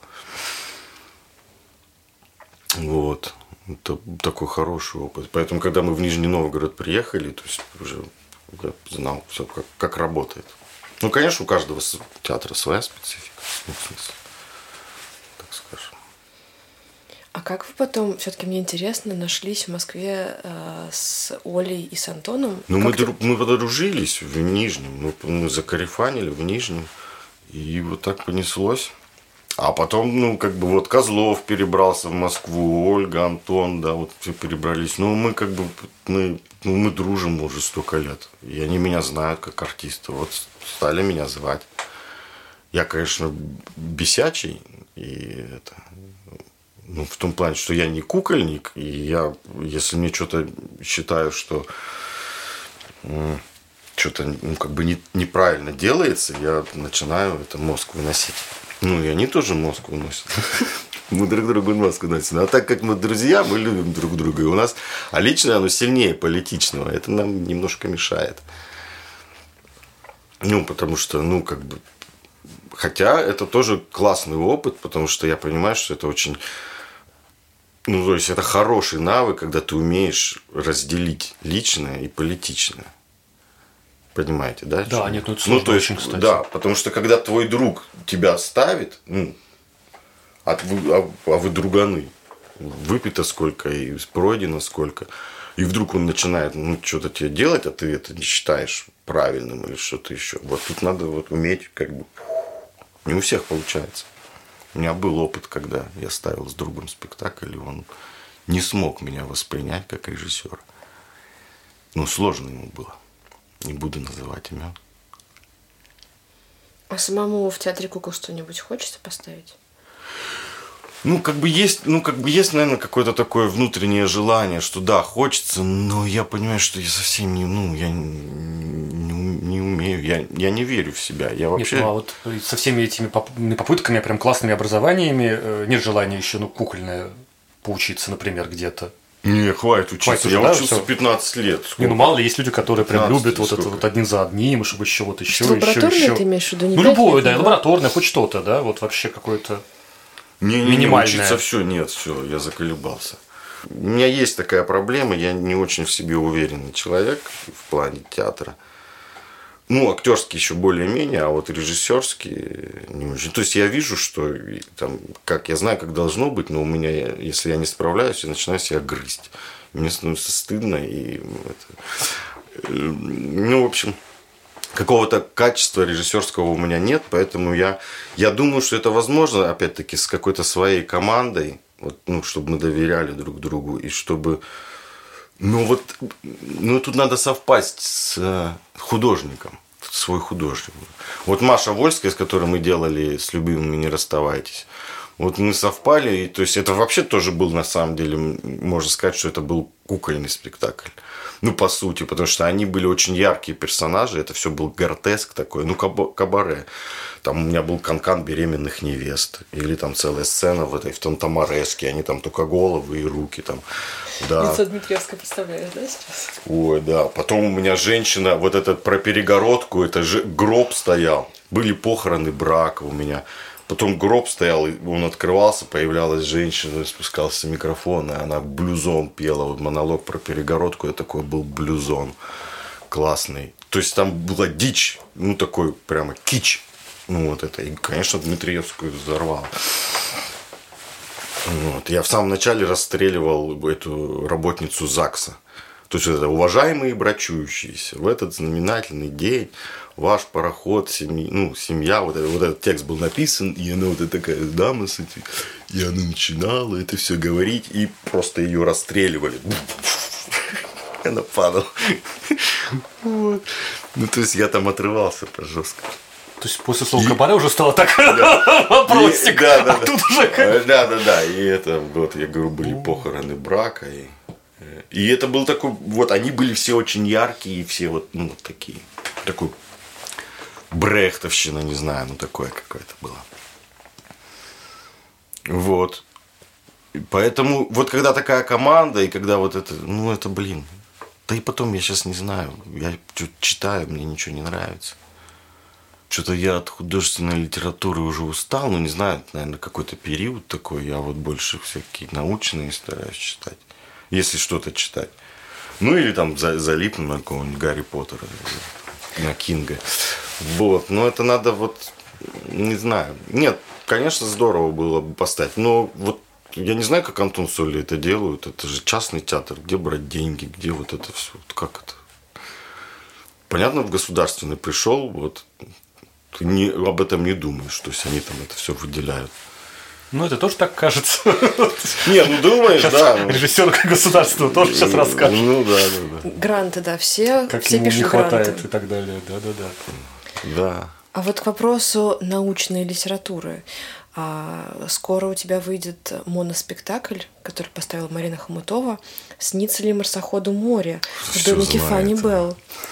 Вот. Это такой хороший опыт. Поэтому, когда мы в Нижний Новгород приехали, то есть уже я знал все, как работает. Ну, конечно, у каждого театра своя специфика, в смысле, так скажем. А как вы потом, все-таки мне интересно, нашлись в Москве с Олей и с Антоном? Мы подружились в Нижнем, мы закарифанили в Нижнем, и вот так понеслось. А потом, Козлов перебрался в Москву, Ольга, Антон, да, вот все перебрались. Мы дружим уже столько лет. И они меня знают как артиста. Вот стали меня звать. Я, конечно, бесячий. И это, в том плане, что я не кукольник. И я, если мне что-то считаю, что что-то неправильно делается, я начинаю это мозг выносить. И они тоже мозг выносят. Мы друг другу мозг выносим. А так как мы друзья, мы любим друг друга. И у нас, личное, оно сильнее политичного. Это нам немножко мешает. Потому что, хотя это тоже классный опыт, потому что я понимаю, что это очень... то есть это хороший навык, когда ты умеешь разделить личное и политичное. Понимаете, да? Да, нет, это сложно очень, кстати. Да, потому что когда твой друг тебя ставит, а вы друганы, выпито сколько и пройдено сколько, и вдруг он начинает что-то тебе делать, а ты это не считаешь правильным или что-то еще. Вот тут надо уметь не у всех получается. У меня был опыт, когда я ставил с другом спектакль, и он не смог меня воспринять как режиссера. Сложно ему было. Не буду называть имен. А самому в театре кукол что-нибудь хочется поставить? есть, наверное, какое-то такое внутреннее желание, что да, хочется, но я понимаю, что я совсем не умею, я не верю в себя. Я вообще... Нет, а вот со всеми этими попытками, прям классными образованиями, нет желания еще, кукольное поучиться, например, где-то. Не, хватит учиться. Я учился 15 лет. Мало ли, есть люди, которые прям любят вот это вот один за одним, чтобы еще. Лабораторное ты имеешь в виду? Любое, да, лабораторное, хоть что-то, да, вот вообще какое-то минимальное. Учиться все, я заколебался. У меня есть такая проблема, я не очень в себе уверенный человек в плане театра. Актерский еще более-менее, а вот режиссерский не очень. То есть я вижу, что там, как я знаю, как должно быть, но у меня, если я не справляюсь, я начинаю себя грызть. Мне становится стыдно. И в общем, какого-то качества режиссерского у меня нет, поэтому я думаю, что это возможно, опять-таки, с какой-то своей командой, чтобы мы доверяли друг другу, и чтобы... тут надо совпасть с художником, свой художник. Вот Маша Вольская, с которой мы делали «С любимыми не расставайтесь», вот мы совпали, и, то есть это вообще тоже был, на самом деле, можно сказать, что это был кукольный спектакль. По сути, потому что они были очень яркие персонажи, это все был гротеск такой, кабаре. Там у меня был канкан беременных невест, или там целая сцена в том Тамаresке, они там только головы и руки там. Да. Лицо Дмитриевское представляешь, да, сейчас? Ой, да. Потом у меня женщина, вот этот про перегородку, это же гроб стоял. Были похороны брака у меня. Потом гроб стоял, и он открывался, появлялась женщина, спускался микрофон, и она блюзон пела. Вот монолог про перегородку, это такой был блюзон классный. То есть там была дичь, такой прямо кич. Это. И, конечно, Дмитриевскую взорвал. Я в самом начале расстреливал эту работницу ЗАГСа. То есть, это уважаемые брачующиеся, в этот знаменательный день ваш пароход, семья, вот этот текст был написан, и она вот такая дама, и она начинала это все говорить, и просто ее расстреливали. Она падала. То есть, я там отрывался жестко. То есть, после слова кабаре уже стало так вопросик, а тут уже... Да, и это, я говорю, были похороны брака, и это был такой, они были все очень яркие, все такие, такой брехтовщина, не знаю, такое какое-то было. И поэтому, когда такая команда, и когда это, да и потом я сейчас не знаю, я читаю, мне ничего не нравится. Что-то я от художественной литературы уже устал, не знаю, наверное, какой-то период такой, я больше всякие научные стараюсь читать, если что-то читать. Или там залипну на какого-нибудь Гарри Поттера, на Кинга. Но это надо не знаю. Нет, конечно, здорово было бы поставить, но я не знаю, как Антон Соли это делают, это же частный театр, где брать деньги, где это все, как это? Понятно, в государственный пришел, ты об этом не думаешь, то есть они там это все выделяют. Это тоже так кажется. Не, думаешь, сейчас да. Режиссер государства тоже сейчас расскажет. Да. Гранты, да, все как все ему пишут не хватает гранты. И так далее, да. А к вопросу научной литературы. Скоро у тебя выйдет моноспектакль, который поставила Марина Хомутова «Снится ли марсоходу море» в домике Фанни Белл.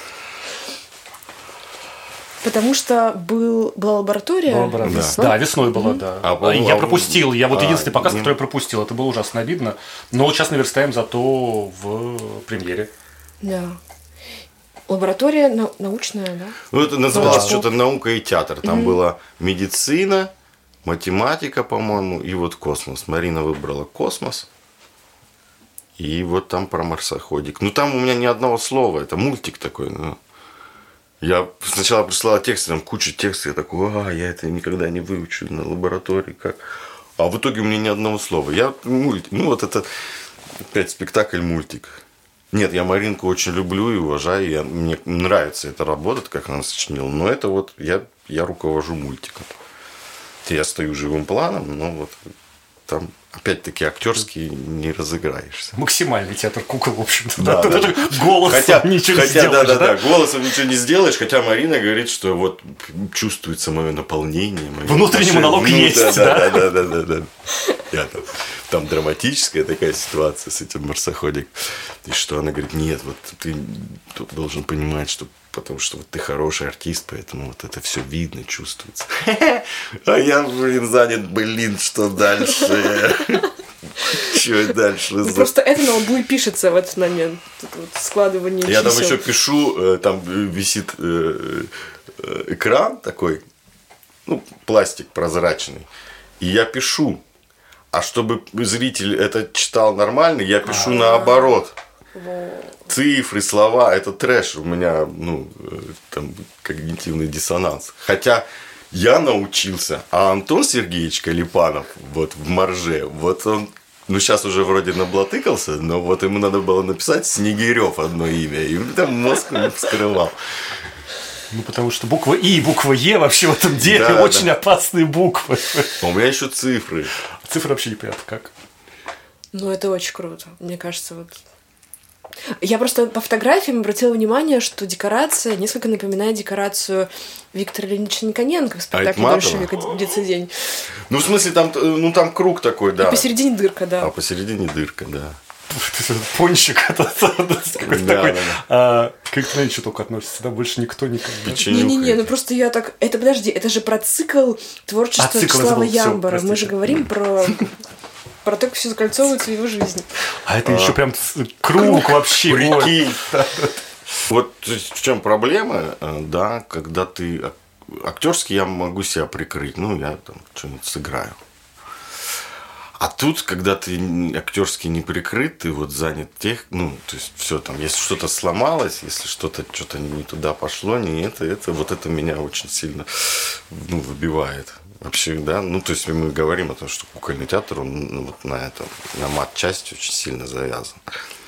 Потому что была лаборатория. Да, весной была, да. Я пропустил. Я единственный показ, который я пропустил. Это было ужасно обидно. Но сейчас наверстаем зато в премьере. Да. Лаборатория научная, да? Это называлось что-то «Наука и театр». Там была медицина, математика, по-моему, и космос. Марина выбрала космос. И там про марсоходик. Там у меня ни одного слова. Это мультик такой, Я сначала прислала тексты, там куча текстов, я такой, я это никогда не выучу на лаборатории, как. А в итоге у меня ни одного слова. Я мультик, это опять спектакль-мультик. Нет, я Маринку очень люблю и уважаю, мне нравится эта работа, как она сочинила, но это я руковожу мультиком. Я стою живым планом, но там опять-таки актерский не разыграешься. Максимальный театр кукол, в общем-то. Да. Даже голосом ничего не сделаешь. Да, голосом ничего не сделаешь, хотя Марина говорит, что чувствуется мое наполнение. Внутренний монолог есть, да. я там драматическая такая ситуация с этим марсоходиком. И что она говорит, нет, вот ты тут должен понимать, что потому что вот ты хороший артист, поэтому вот это все видно, чувствуется. А я, занят, что дальше? Что дальше? Просто это на лбу и пишется в этот момент. Складывание чисел. Я там еще пишу, там висит экран такой, пластик прозрачный. И я пишу. А чтобы зритель это читал нормально, я пишу наоборот. Цифры, слова, это трэш. У меня, там когнитивный диссонанс. Хотя я научился, а Антон Сергеевич Калипанов, вот в «Марже», вот он, сейчас уже вроде наблатыкался, но вот ему надо было написать Снегирев одно имя, и там мозг не вскрывал. Потому что буква И и буква Е вообще в этом деле очень опасные буквы. А у меня еще цифры. Цифры вообще непонятно как. Это очень круто. Мне кажется, вот... Я просто по фотографиям обратила внимание, что декорация несколько напоминает декорацию Виктора Ильича Никоненко в спектакле «Дольше века длится день». В смысле, там круг такой, да. И посередине дырка, да. А посередине дырка, да. Пончик какой-то такой. Как к Нэнчу только относится, да? Больше никто никогда. Не-не-не, просто я так... Подожди, это же про цикл творчества Вячеслава Ямбора. Мы же говорим про то, как все закольцовывается в его жизни. А это еще прям круг вообще. Прикинь. Вот в чем проблема, да, когда ты актерский, я могу себя прикрыть, я там что-нибудь сыграю. А тут, когда ты актерский не прикрыт, ты вот занят то есть все там, если что-то сломалось, если что-то не туда пошло, не это, вот это меня очень сильно выбивает. Вообще, да, то есть мы говорим о том, что кукольный театр, он на мат-часть очень сильно завязан.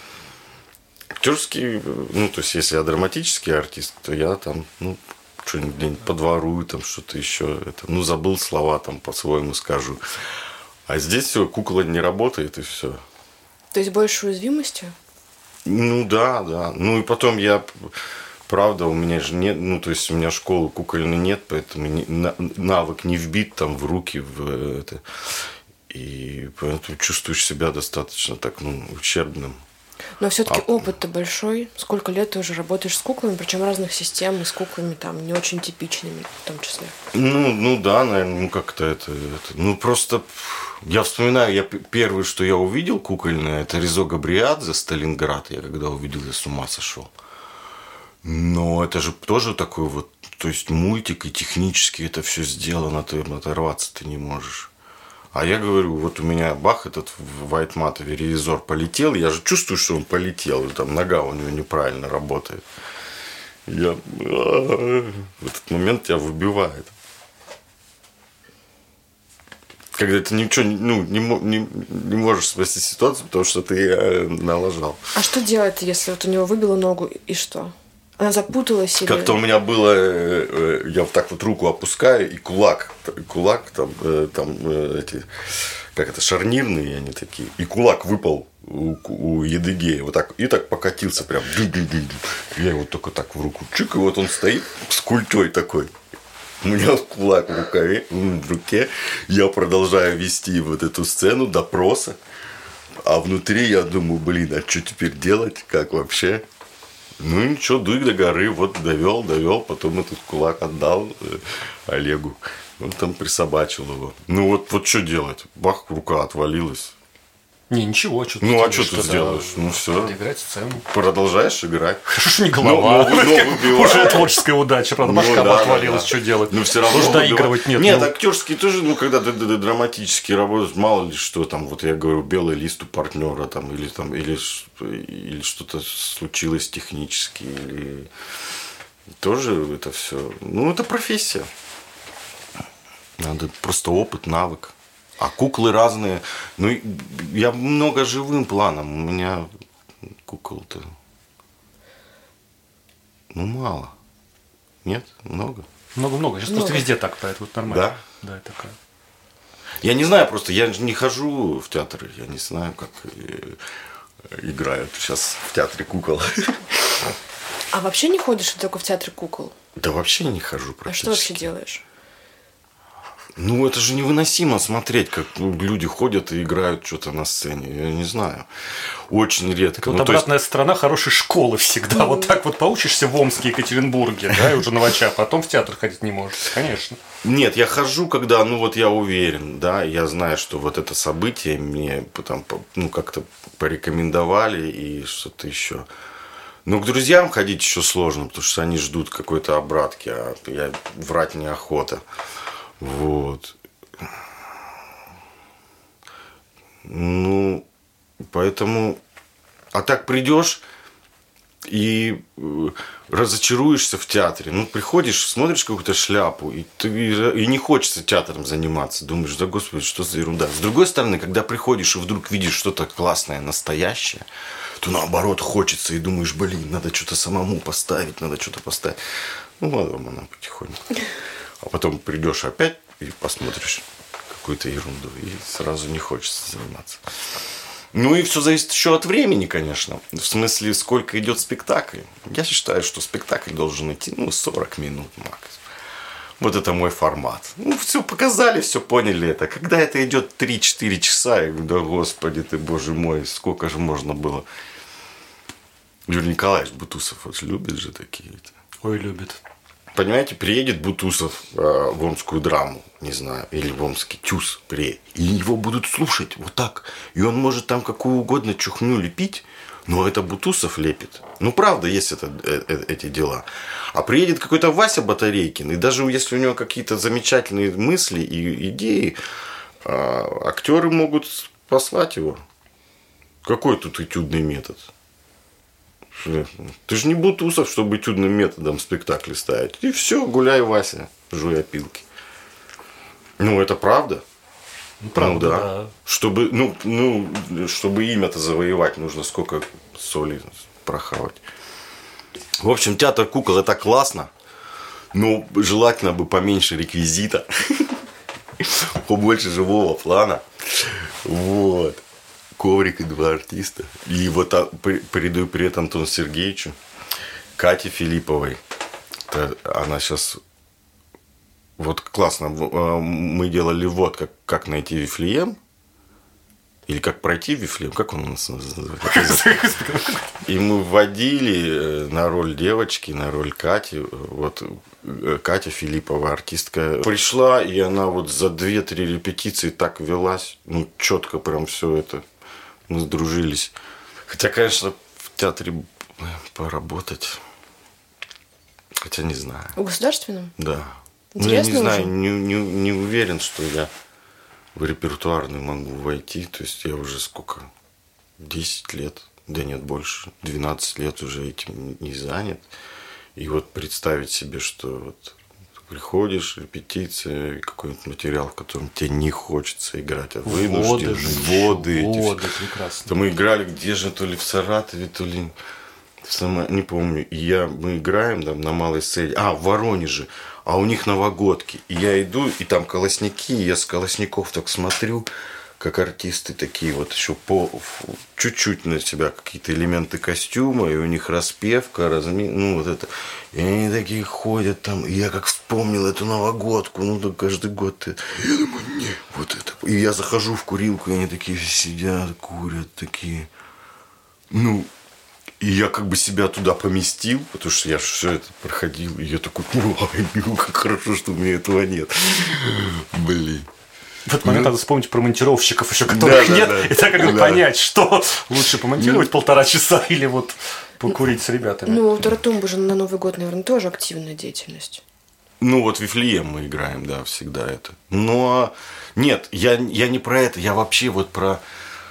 Актерский, то есть если я драматический артист, то я там, что-нибудь где-нибудь подворую, там что-то еще, забыл слова, там по-своему скажу. А здесь все, кукла не работает, и все. То есть больше уязвимости? Да. И потом я... Правда, у меня же нет... то есть у меня школы кукольной нет, поэтому навык не вбит там в руки, в это. И поэтому чувствуешь себя достаточно так, ущербным. Но все-таки опыт-то большой. Сколько лет ты уже работаешь с куклами, причем разных систем, и с куклами там не очень типичными в том числе. Да, наверное, как-то это. Просто я вспоминаю, первое, что я увидел кукольное, это Резо Габриадзе, Сталинград. Я когда увидел, я с ума сошел. Но это же тоже такой вот, то есть мультик, и технически это все сделано, ты оторваться ты не можешь. А я говорю, вот у меня бах, этот в Вайтматове ревизор полетел, я же чувствую, что он полетел, там нога у него неправильно работает. В этот момент тебя выбивает. Когда ты ничего не можешь спасти ситуацию, потому что ты налажал. А что делать, если вот у него выбило ногу, и что? Она запуталась или... Как-то у меня было, я вот так вот руку опускаю, и кулак там эти, как это, шарнирные они такие, и кулак выпал у Едыгея, вот так, и так покатился прям. Я его только так в руку чик, и вот он стоит с культей такой. У меня кулак в руке, я продолжаю вести вот эту сцену допроса, а внутри я думаю, а что теперь делать, как вообще? Ничего, дуй до горы, вот довел, потом этот кулак отдал Олегу. Он там присобачил его. Вот что делать? Бах, рука отвалилась. Ничего, что ты а что ты сделаешь? Все. Играть сцену. Продолжаешь играть. Хорошо, что не голова. Уже творческая удача, правда, башка бы отвалилась, что делать? Все равно уже доигрывать нет. Нет, актерский тоже, когда ты драматически работаешь, мало ли что там, вот я говорю, белый лист у партнера там, или что-то случилось технически, или тоже это все. Это профессия. Надо просто опыт, навык. А куклы разные. Я много живым планом. У меня кукол-то... мало. Нет? Много? Много. Сейчас просто везде так, поэтому нормально. Да? Да, такая. Я не знаю просто. Я же не хожу в театры. Я не знаю, как играют сейчас в театре кукол. А вообще не ходишь только в театр кукол? Да вообще не хожу практически. А что вообще делаешь? Ну, это же невыносимо смотреть, как люди ходят и играют что-то на сцене. Я не знаю. Очень редко. Это вот обратная сторона хорошей школы всегда. Вот так вот поучишься в Омске, Екатеринбурге, да, и уже новача, а потом в театр ходить не можешь, конечно. Нет, я хожу, когда, ну, вот я уверен, да, я знаю, что вот это событие мне потом, ну, как-то порекомендовали и что-то еще. Но к друзьям ходить еще сложно, потому что они ждут какой-то обратки, а я врать неохота. Вот. Ну, поэтому... А так придешь и разочаруешься в театре. Ну, приходишь, смотришь какую-то шляпу, и не хочется театром заниматься. Думаешь, да господи, что за ерунда. С другой стороны, когда приходишь и вдруг видишь что-то классное, настоящее, то наоборот хочется, и думаешь, блин, надо что-то самому поставить, надо что-то поставить. Ну, ладно, она потихоньку. А потом придешь опять и посмотришь какую-то ерунду, и сразу не хочется заниматься. Ну и все зависит еще от времени, конечно. В смысле, сколько идет спектакль. Я считаю, что спектакль должен идти, 40 минут максимум. Вот это мой формат. Ну, все показали, все поняли это. Когда это идет 3-4 часа, я говорю, да господи ты, боже мой, сколько же можно было. Юрий Николаевич Бутусов вот любит же такие. Ой, любит. Понимаете, приедет Бутусов в Омскую драму, не знаю, или в Омский ТЮЗ приедет, и его будут слушать вот так. И он может там какую угодно чухню лепить, но это Бутусов лепит. Ну, правда, есть эти дела. А приедет какой-то Вася Батарейкин, и даже если у него какие-то замечательные мысли и идеи, актеры могут послать его. Какой тут этюдный метод? Ты же не Бутусов, чтобы этюдным методом спектакли ставить. И все, гуляй, Вася, жуй опилки. Ну, это правда. Правда, ну, да. Чтобы, чтобы имя-то завоевать, нужно сколько соли прохавать. В общем, театр кукол – это классно. Но желательно бы поменьше реквизита. Побольше живого плана. Вот. Коврик и 2 артиста. И вот передаю привет Антону Сергеевичу, Кате Филипповой. Она сейчас... Вот классно. Мы делали вот как найти Вифлеем. Или как пройти Вифлеем. Как он у нас называется? И мы вводили на роль девочки, на роль Кати. Вот Катя Филиппова, артистка, пришла, и она вот за 2-3 репетиции так велась. Ну, четко прям все это. Мы сдружились. Хотя, конечно, в театре поработать. Хотя не знаю. В государственном? Да. Интересно, я не знаю, не уверен, что я в репертуарный могу войти. То есть я уже сколько? 10 лет. Да нет, больше. 12 лет уже этим не занят. И вот представить себе, что вот приходишь, репетиция, какой-нибудь материал, в котором тебе не хочется играть, а вынужден. Воды прекрасно. То мы играли где же, то ли в Саратове, то ли не помню. И мы играем там на малой сцене. В Воронеже. А у них новогодки. И я иду, и там колосники, и я с колосников так смотрю, как артисты такие вот еще чуть-чуть на себя какие-то элементы костюма, и у них распевка, вот это. И они такие ходят там, и я как вспомнил эту новогодку, то каждый год. Я думаю, вот это. И я захожу в курилку, и они такие сидят, курят, такие. И я как бы себя туда поместил, потому что я все это проходил, и я такой, как хорошо, что у меня этого нет. Блин. В этот момент надо вспомнить про монтировщиков еще, которых нет, и так как бы понять, что лучше помонтировать 1,5 часа или вот покурить с ребятами. У Таратумбы же на Новый год, наверное, тоже активная деятельность. Вот Вифлеем мы играем, да, всегда это. Но нет, я не про это, я вообще вот про...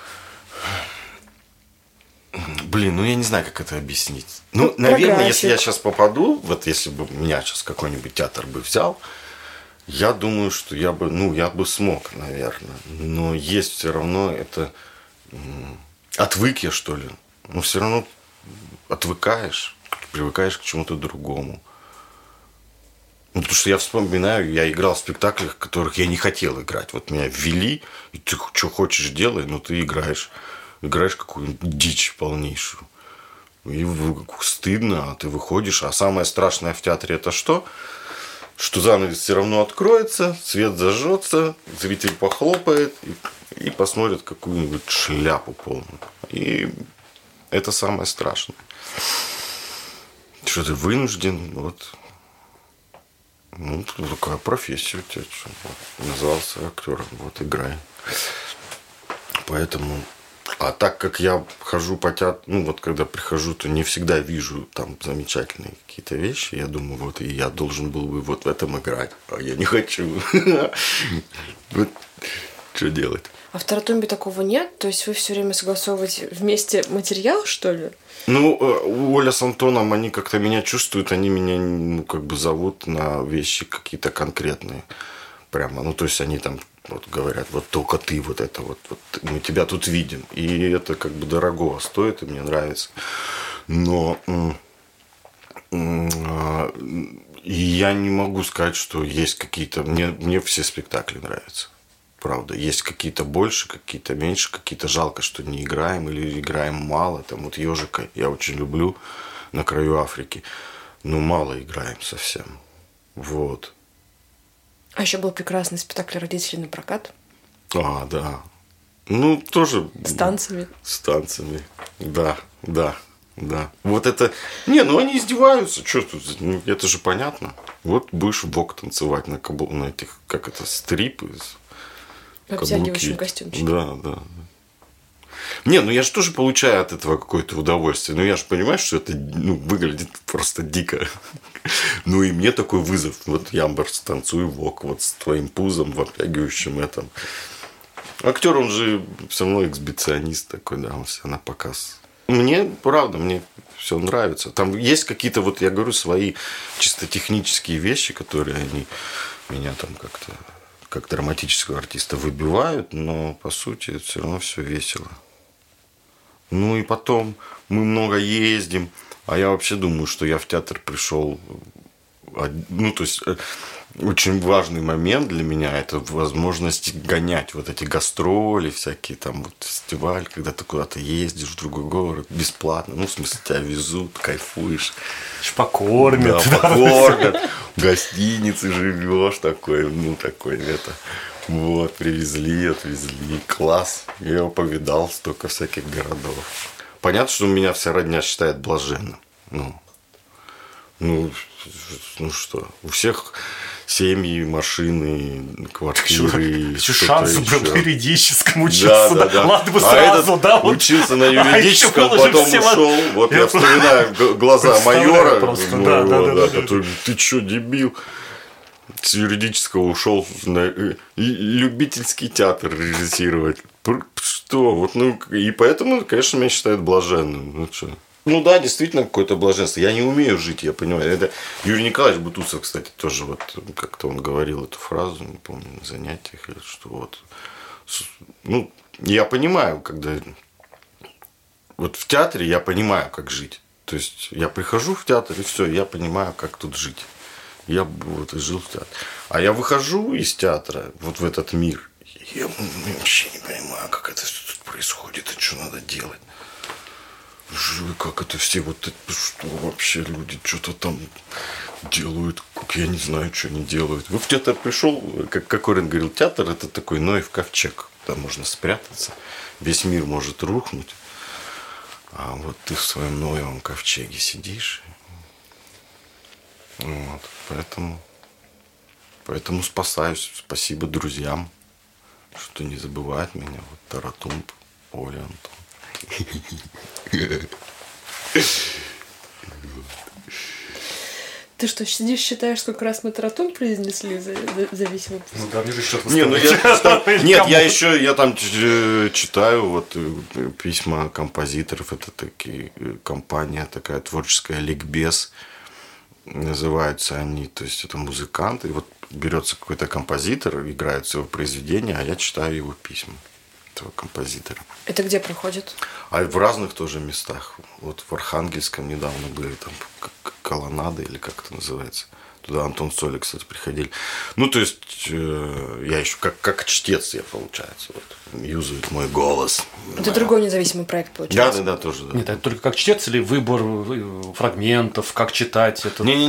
Блин, я не знаю, как это объяснить. Наверное, если я сейчас попаду, вот если бы меня сейчас какой-нибудь театр бы взял, я думаю, что я бы смог, наверное. Но есть все равно это... Отвык я, что ли. Все равно отвыкаешь, привыкаешь к чему-то другому. Потому что я вспоминаю, я играл в спектаклях, в которых я не хотел играть. Вот меня ввели, и ты что хочешь делай, но ты играешь. Играешь какую-нибудь дичь полнейшую. И стыдно, а ты выходишь. А самое страшное в театре это что? что занавес все равно откроется, свет зажжется, зритель похлопает и посмотрит какую-нибудь шляпу полную. И это самое страшное. Что ты вынужден, вот. Ну, такая профессия у тебя. Назвался актером, вот играй. Поэтому. А так как я хожу по театру, ну вот когда прихожу, то не всегда вижу там замечательные какие-то вещи. Я думаю, вот и я должен был бы вот в этом играть. А я не хочу. Что делать? А в Таратумбе такого нет? То есть вы все время согласовываете вместе материал, что ли? Ну, Оля с Антоном, они как-то меня чувствуют, они меня, ну, как бы зовут на вещи какие-то конкретные. Прямо, ну, то есть они там вот говорят, вот только ты вот это вот мы тебя тут видим. И это как бы дорого стоит, и мне нравится. Но и я не могу сказать, что есть какие-то... Мне все спектакли нравятся. Правда, есть какие-то больше, какие-то меньше, какие-то жалко, что не играем или играем мало. Там вот «Ежика» я очень люблю, «На краю Африки». Но мало играем совсем. Вот. А еще был прекрасный спектакль «Родители на прокат». А, да. Ну, тоже... С танцами. С танцами. Да. Вот это... Не, ну они издеваются. Что тут? Ну, это же понятно. Вот будешь вок танцевать на этих, как это, стрипы. В обтягивающем костюмчике. Да. Не, ну я же тоже получаю от этого какое-то удовольствие. Но я же понимаю, что это выглядит просто дико. Ну и мне такой вызов. Вот я танцую вок вот с твоим пузом в обтягивающем этом. Актер, он же все равно эксбиционист такой, да, он все на показ. Мне, правда, мне все нравится. Там есть какие-то, вот я говорю, свои чисто технические вещи, которые они меня там как драматического артиста выбивают, но по сути это все равно все весело. Ну и потом мы много ездим, а я вообще думаю, что я в театр пришел. Ну, то есть очень важный момент для меня – это возможность гонять вот эти гастроли, всякие там вот фестиваль, когда ты куда-то ездишь в другой город бесплатно, ну, в смысле, тебя везут, кайфуешь. Покормят. Да, покормят. В гостинице живешь такой, ну, такой это. Вот, привезли, отвезли. Класс. Я его повидал, столько всяких городов. Понятно, что меня вся родня считает блаженным. Ну что, у всех семьи, машины, квартиры. Еще шанс был на юридическом учиться. Да. Ладно бы сразу, да. Учился на юридическом, потом ушел. Вот я вспоминаю глаза майора. Да, который, ты что, дебил? С юридического ушел на любительский театр режиссировать. Что? Вот, и поэтому, конечно, меня считают блаженным. Ну да, действительно, какое-то блаженство. Я не умею жить, я понимаю. Это Юрий Николаевич Бутусов, кстати, тоже вот как-то он говорил эту фразу, не помню, на занятиях, что вот. Ну, я понимаю, когда... Вот в театре я понимаю, как жить. То есть я прихожу в театр, и все, я понимаю, как тут жить. Я вот и жил в театре. А я выхожу из театра, вот в этот мир, я вообще не понимаю, как это все тут происходит, и что надо делать. Как это все вот это, что вообще люди что-то там делают, как я не знаю, что они делают. Вот в театр пришел, как Кокорин говорил, театр это такой Ноев ковчег, там можно спрятаться, весь мир может рухнуть, а вот ты в своем Ноевом ковчеге сидишь. Вот, поэтому спасаюсь. Спасибо друзьям, что не забывают меня. Вот Таратумб, Оля, Антон. Ты что, сидишь, считаешь, сколько раз мы Таратумб произнесли за весь выпуск? Ну да, мне же счет Нет, я там читаю вот письма композиторов. Это такие компания такая творческая, Ликбез. Называются они, то есть это музыканты. И вот берется какой-то композитор, играет его произведение, а я читаю его письма, этого композитора. Это где проходит? А в разных тоже местах. Вот в Архангельском недавно были, там колоннады, или как это называется. Туда Антон Соли, кстати, приходили. Ну, то есть, я еще как чтец, я, получается, вот, юзают мой голос. Это другой независимый проект, получается. Да, тоже. Да. Нет, это только как чтец или выбор фрагментов, как читать?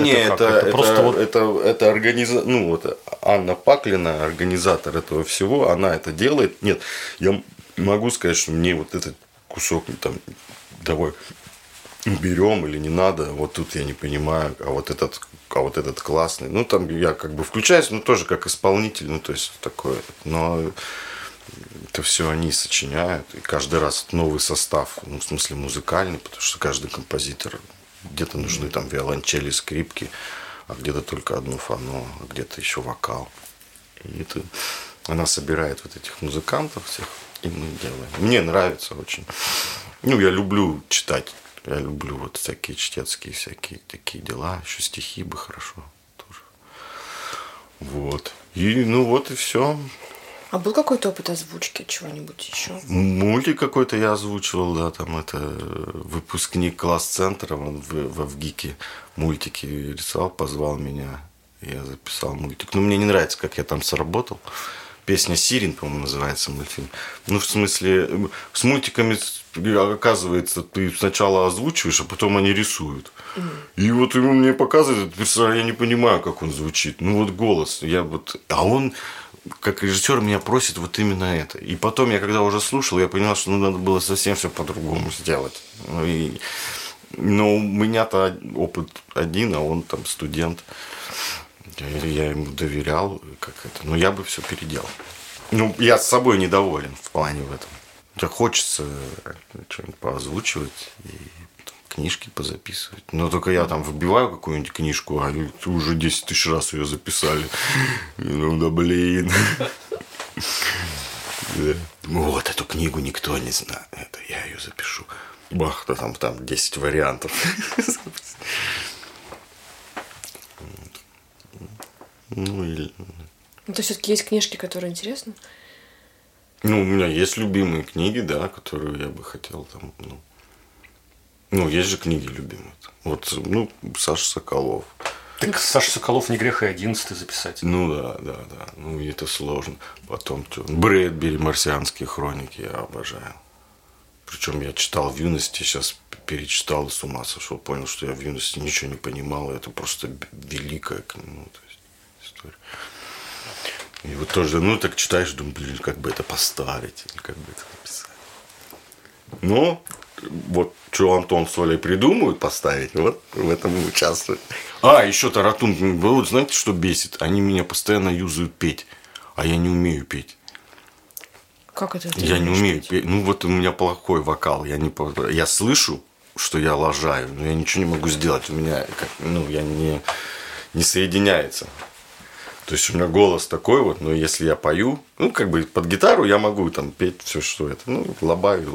Это организация. Ну, вот Анна Паклина, организатор этого всего, она это делает. Нет, я могу сказать, что мне вот этот кусок там давай берем или не надо, вот тут я не понимаю, а вот этот классный. Ну, там я как бы включаюсь, но тоже как исполнитель, ну, то есть такое. Но это все они сочиняют, и каждый раз новый состав, ну, в смысле музыкальный, потому что каждый композитор, где-то нужны там виолончели, скрипки, а где-то только одно фано, а где-то еще вокал. И это она собирает вот этих музыкантов всех, и мы делаем. Мне нравится очень. Ну, я люблю читать. Я люблю вот всякие чтецкие, всякие такие дела. Еще стихи бы хорошо тоже. Вот. И ну вот и все. А был какой-то опыт озвучки чего-нибудь еще? Мультик какой-то я озвучивал, да, там это выпускник класс-центра, он в ГИКе мультики рисовал, позвал меня. Я записал мультик. Но мне не нравится, как я там сработал. Песня «Сирен», по-моему, называется мультфильм. Ну, в смысле, с мультиками, оказывается, ты сначала озвучиваешь, а потом они рисуют. И вот ему мне показывают этот персонаж, я не понимаю, как он звучит. Ну, вот голос. А он, как режиссер, меня просит вот именно это. И потом я, когда уже слушал, я понял, что надо было совсем все по-другому сделать. Но у меня-то опыт один, а он там студент. Я ему доверял, но я бы все переделал. Ну, я с собой недоволен в плане в этом. Мне хочется что-нибудь поозвучивать и книжки позаписывать. Но только я там выбиваю какую-нибудь книжку, а уже 10 тысяч раз ее записали. Ну да блин. Вот эту книгу никто не знает. Это я ее запишу. Бах, там 10 вариантов. Ну, то все-таки есть книжки, которые интересны? Ну, у меня есть любимые книги, да, которые я бы хотел там, ну, есть же книги любимые. Вот, ну, Саша Соколов. Так Саша Соколов не грех и 11 записать. Ну, да. Ну, это сложно. Потом что? Брэдбери, «Марсианские хроники» я обожаю. Причем я читал в юности, сейчас перечитал и с ума сошел. Понял, что я в юности ничего не понимал. Это просто великая книга. История. И вот тоже, ну, так читаешь, думаю, блин, как бы это поставить, или как бы это написать. Но вот что Антон с Олей придумают поставить, вот в этом и участвуют. А, еще Таратун, вот знаете, что бесит? Они меня постоянно юзают петь, а я не умею петь. Как это? Я не умею петь. Ну, вот у меня плохой вокал. Я слышу, что я лажаю, но я ничего не могу сделать. У меня, я не соединяется. То есть у меня голос такой вот, но если я пою, ну, как бы под гитару я могу там петь все, что это. Ну, лобаю.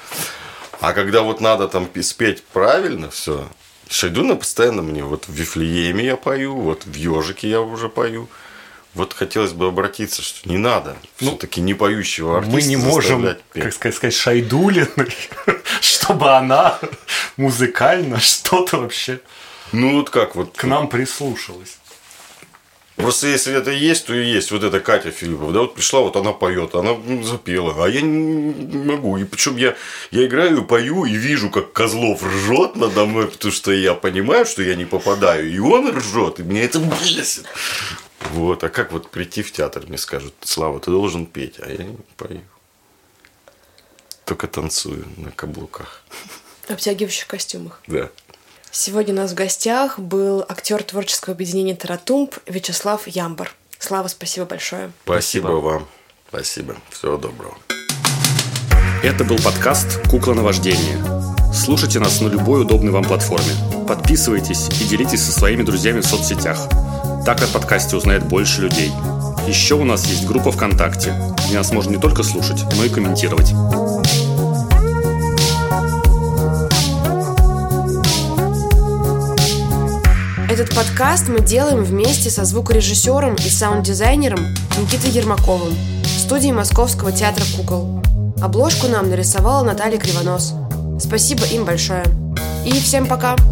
А когда вот надо там спеть правильно все, Шайдуна постоянно мне, вот в «Вифлееме» я пою, вот в «Ежике» я уже пою. Вот хотелось бы обратиться, что не надо все-таки не поющего артиста. Мы не можем, как сказать, Шайдулиной, чтобы она музыкально что-то вообще к нам прислушалась. Просто если это есть, то и есть. Вот эта Катя Филиппова, да, вот пришла, вот она поет, она запела, а я не могу. И причем я играю, пою и вижу, как Козлов ржет надо мной, потому что я понимаю, что я не попадаю, и он ржет, и меня это бесит. Вот, а как вот прийти в театр, мне скажут: Слава, ты должен петь, а я не пою. Только танцую на каблуках. В обтягивающих костюмах. Да. Сегодня у нас в гостях был актер творческого объединения «Таратумб» Вячеслав Ямбар. Слава, спасибо большое. Спасибо вам. Спасибо. Всего доброго. Это был подкаст «Кукла наваждения». Слушайте нас на любой удобной вам платформе. Подписывайтесь и делитесь со своими друзьями в соцсетях. Так о подкасте узнает больше людей. Еще у нас есть группа ВКонтакте, где нас можно не только слушать, но и комментировать. Этот подкаст мы делаем вместе со звукорежиссером и саунд-дизайнером Никитой Ермаковым в студии Московского театра кукол. Обложку нам нарисовала Наталья Кривонос. Спасибо им большое. И всем пока!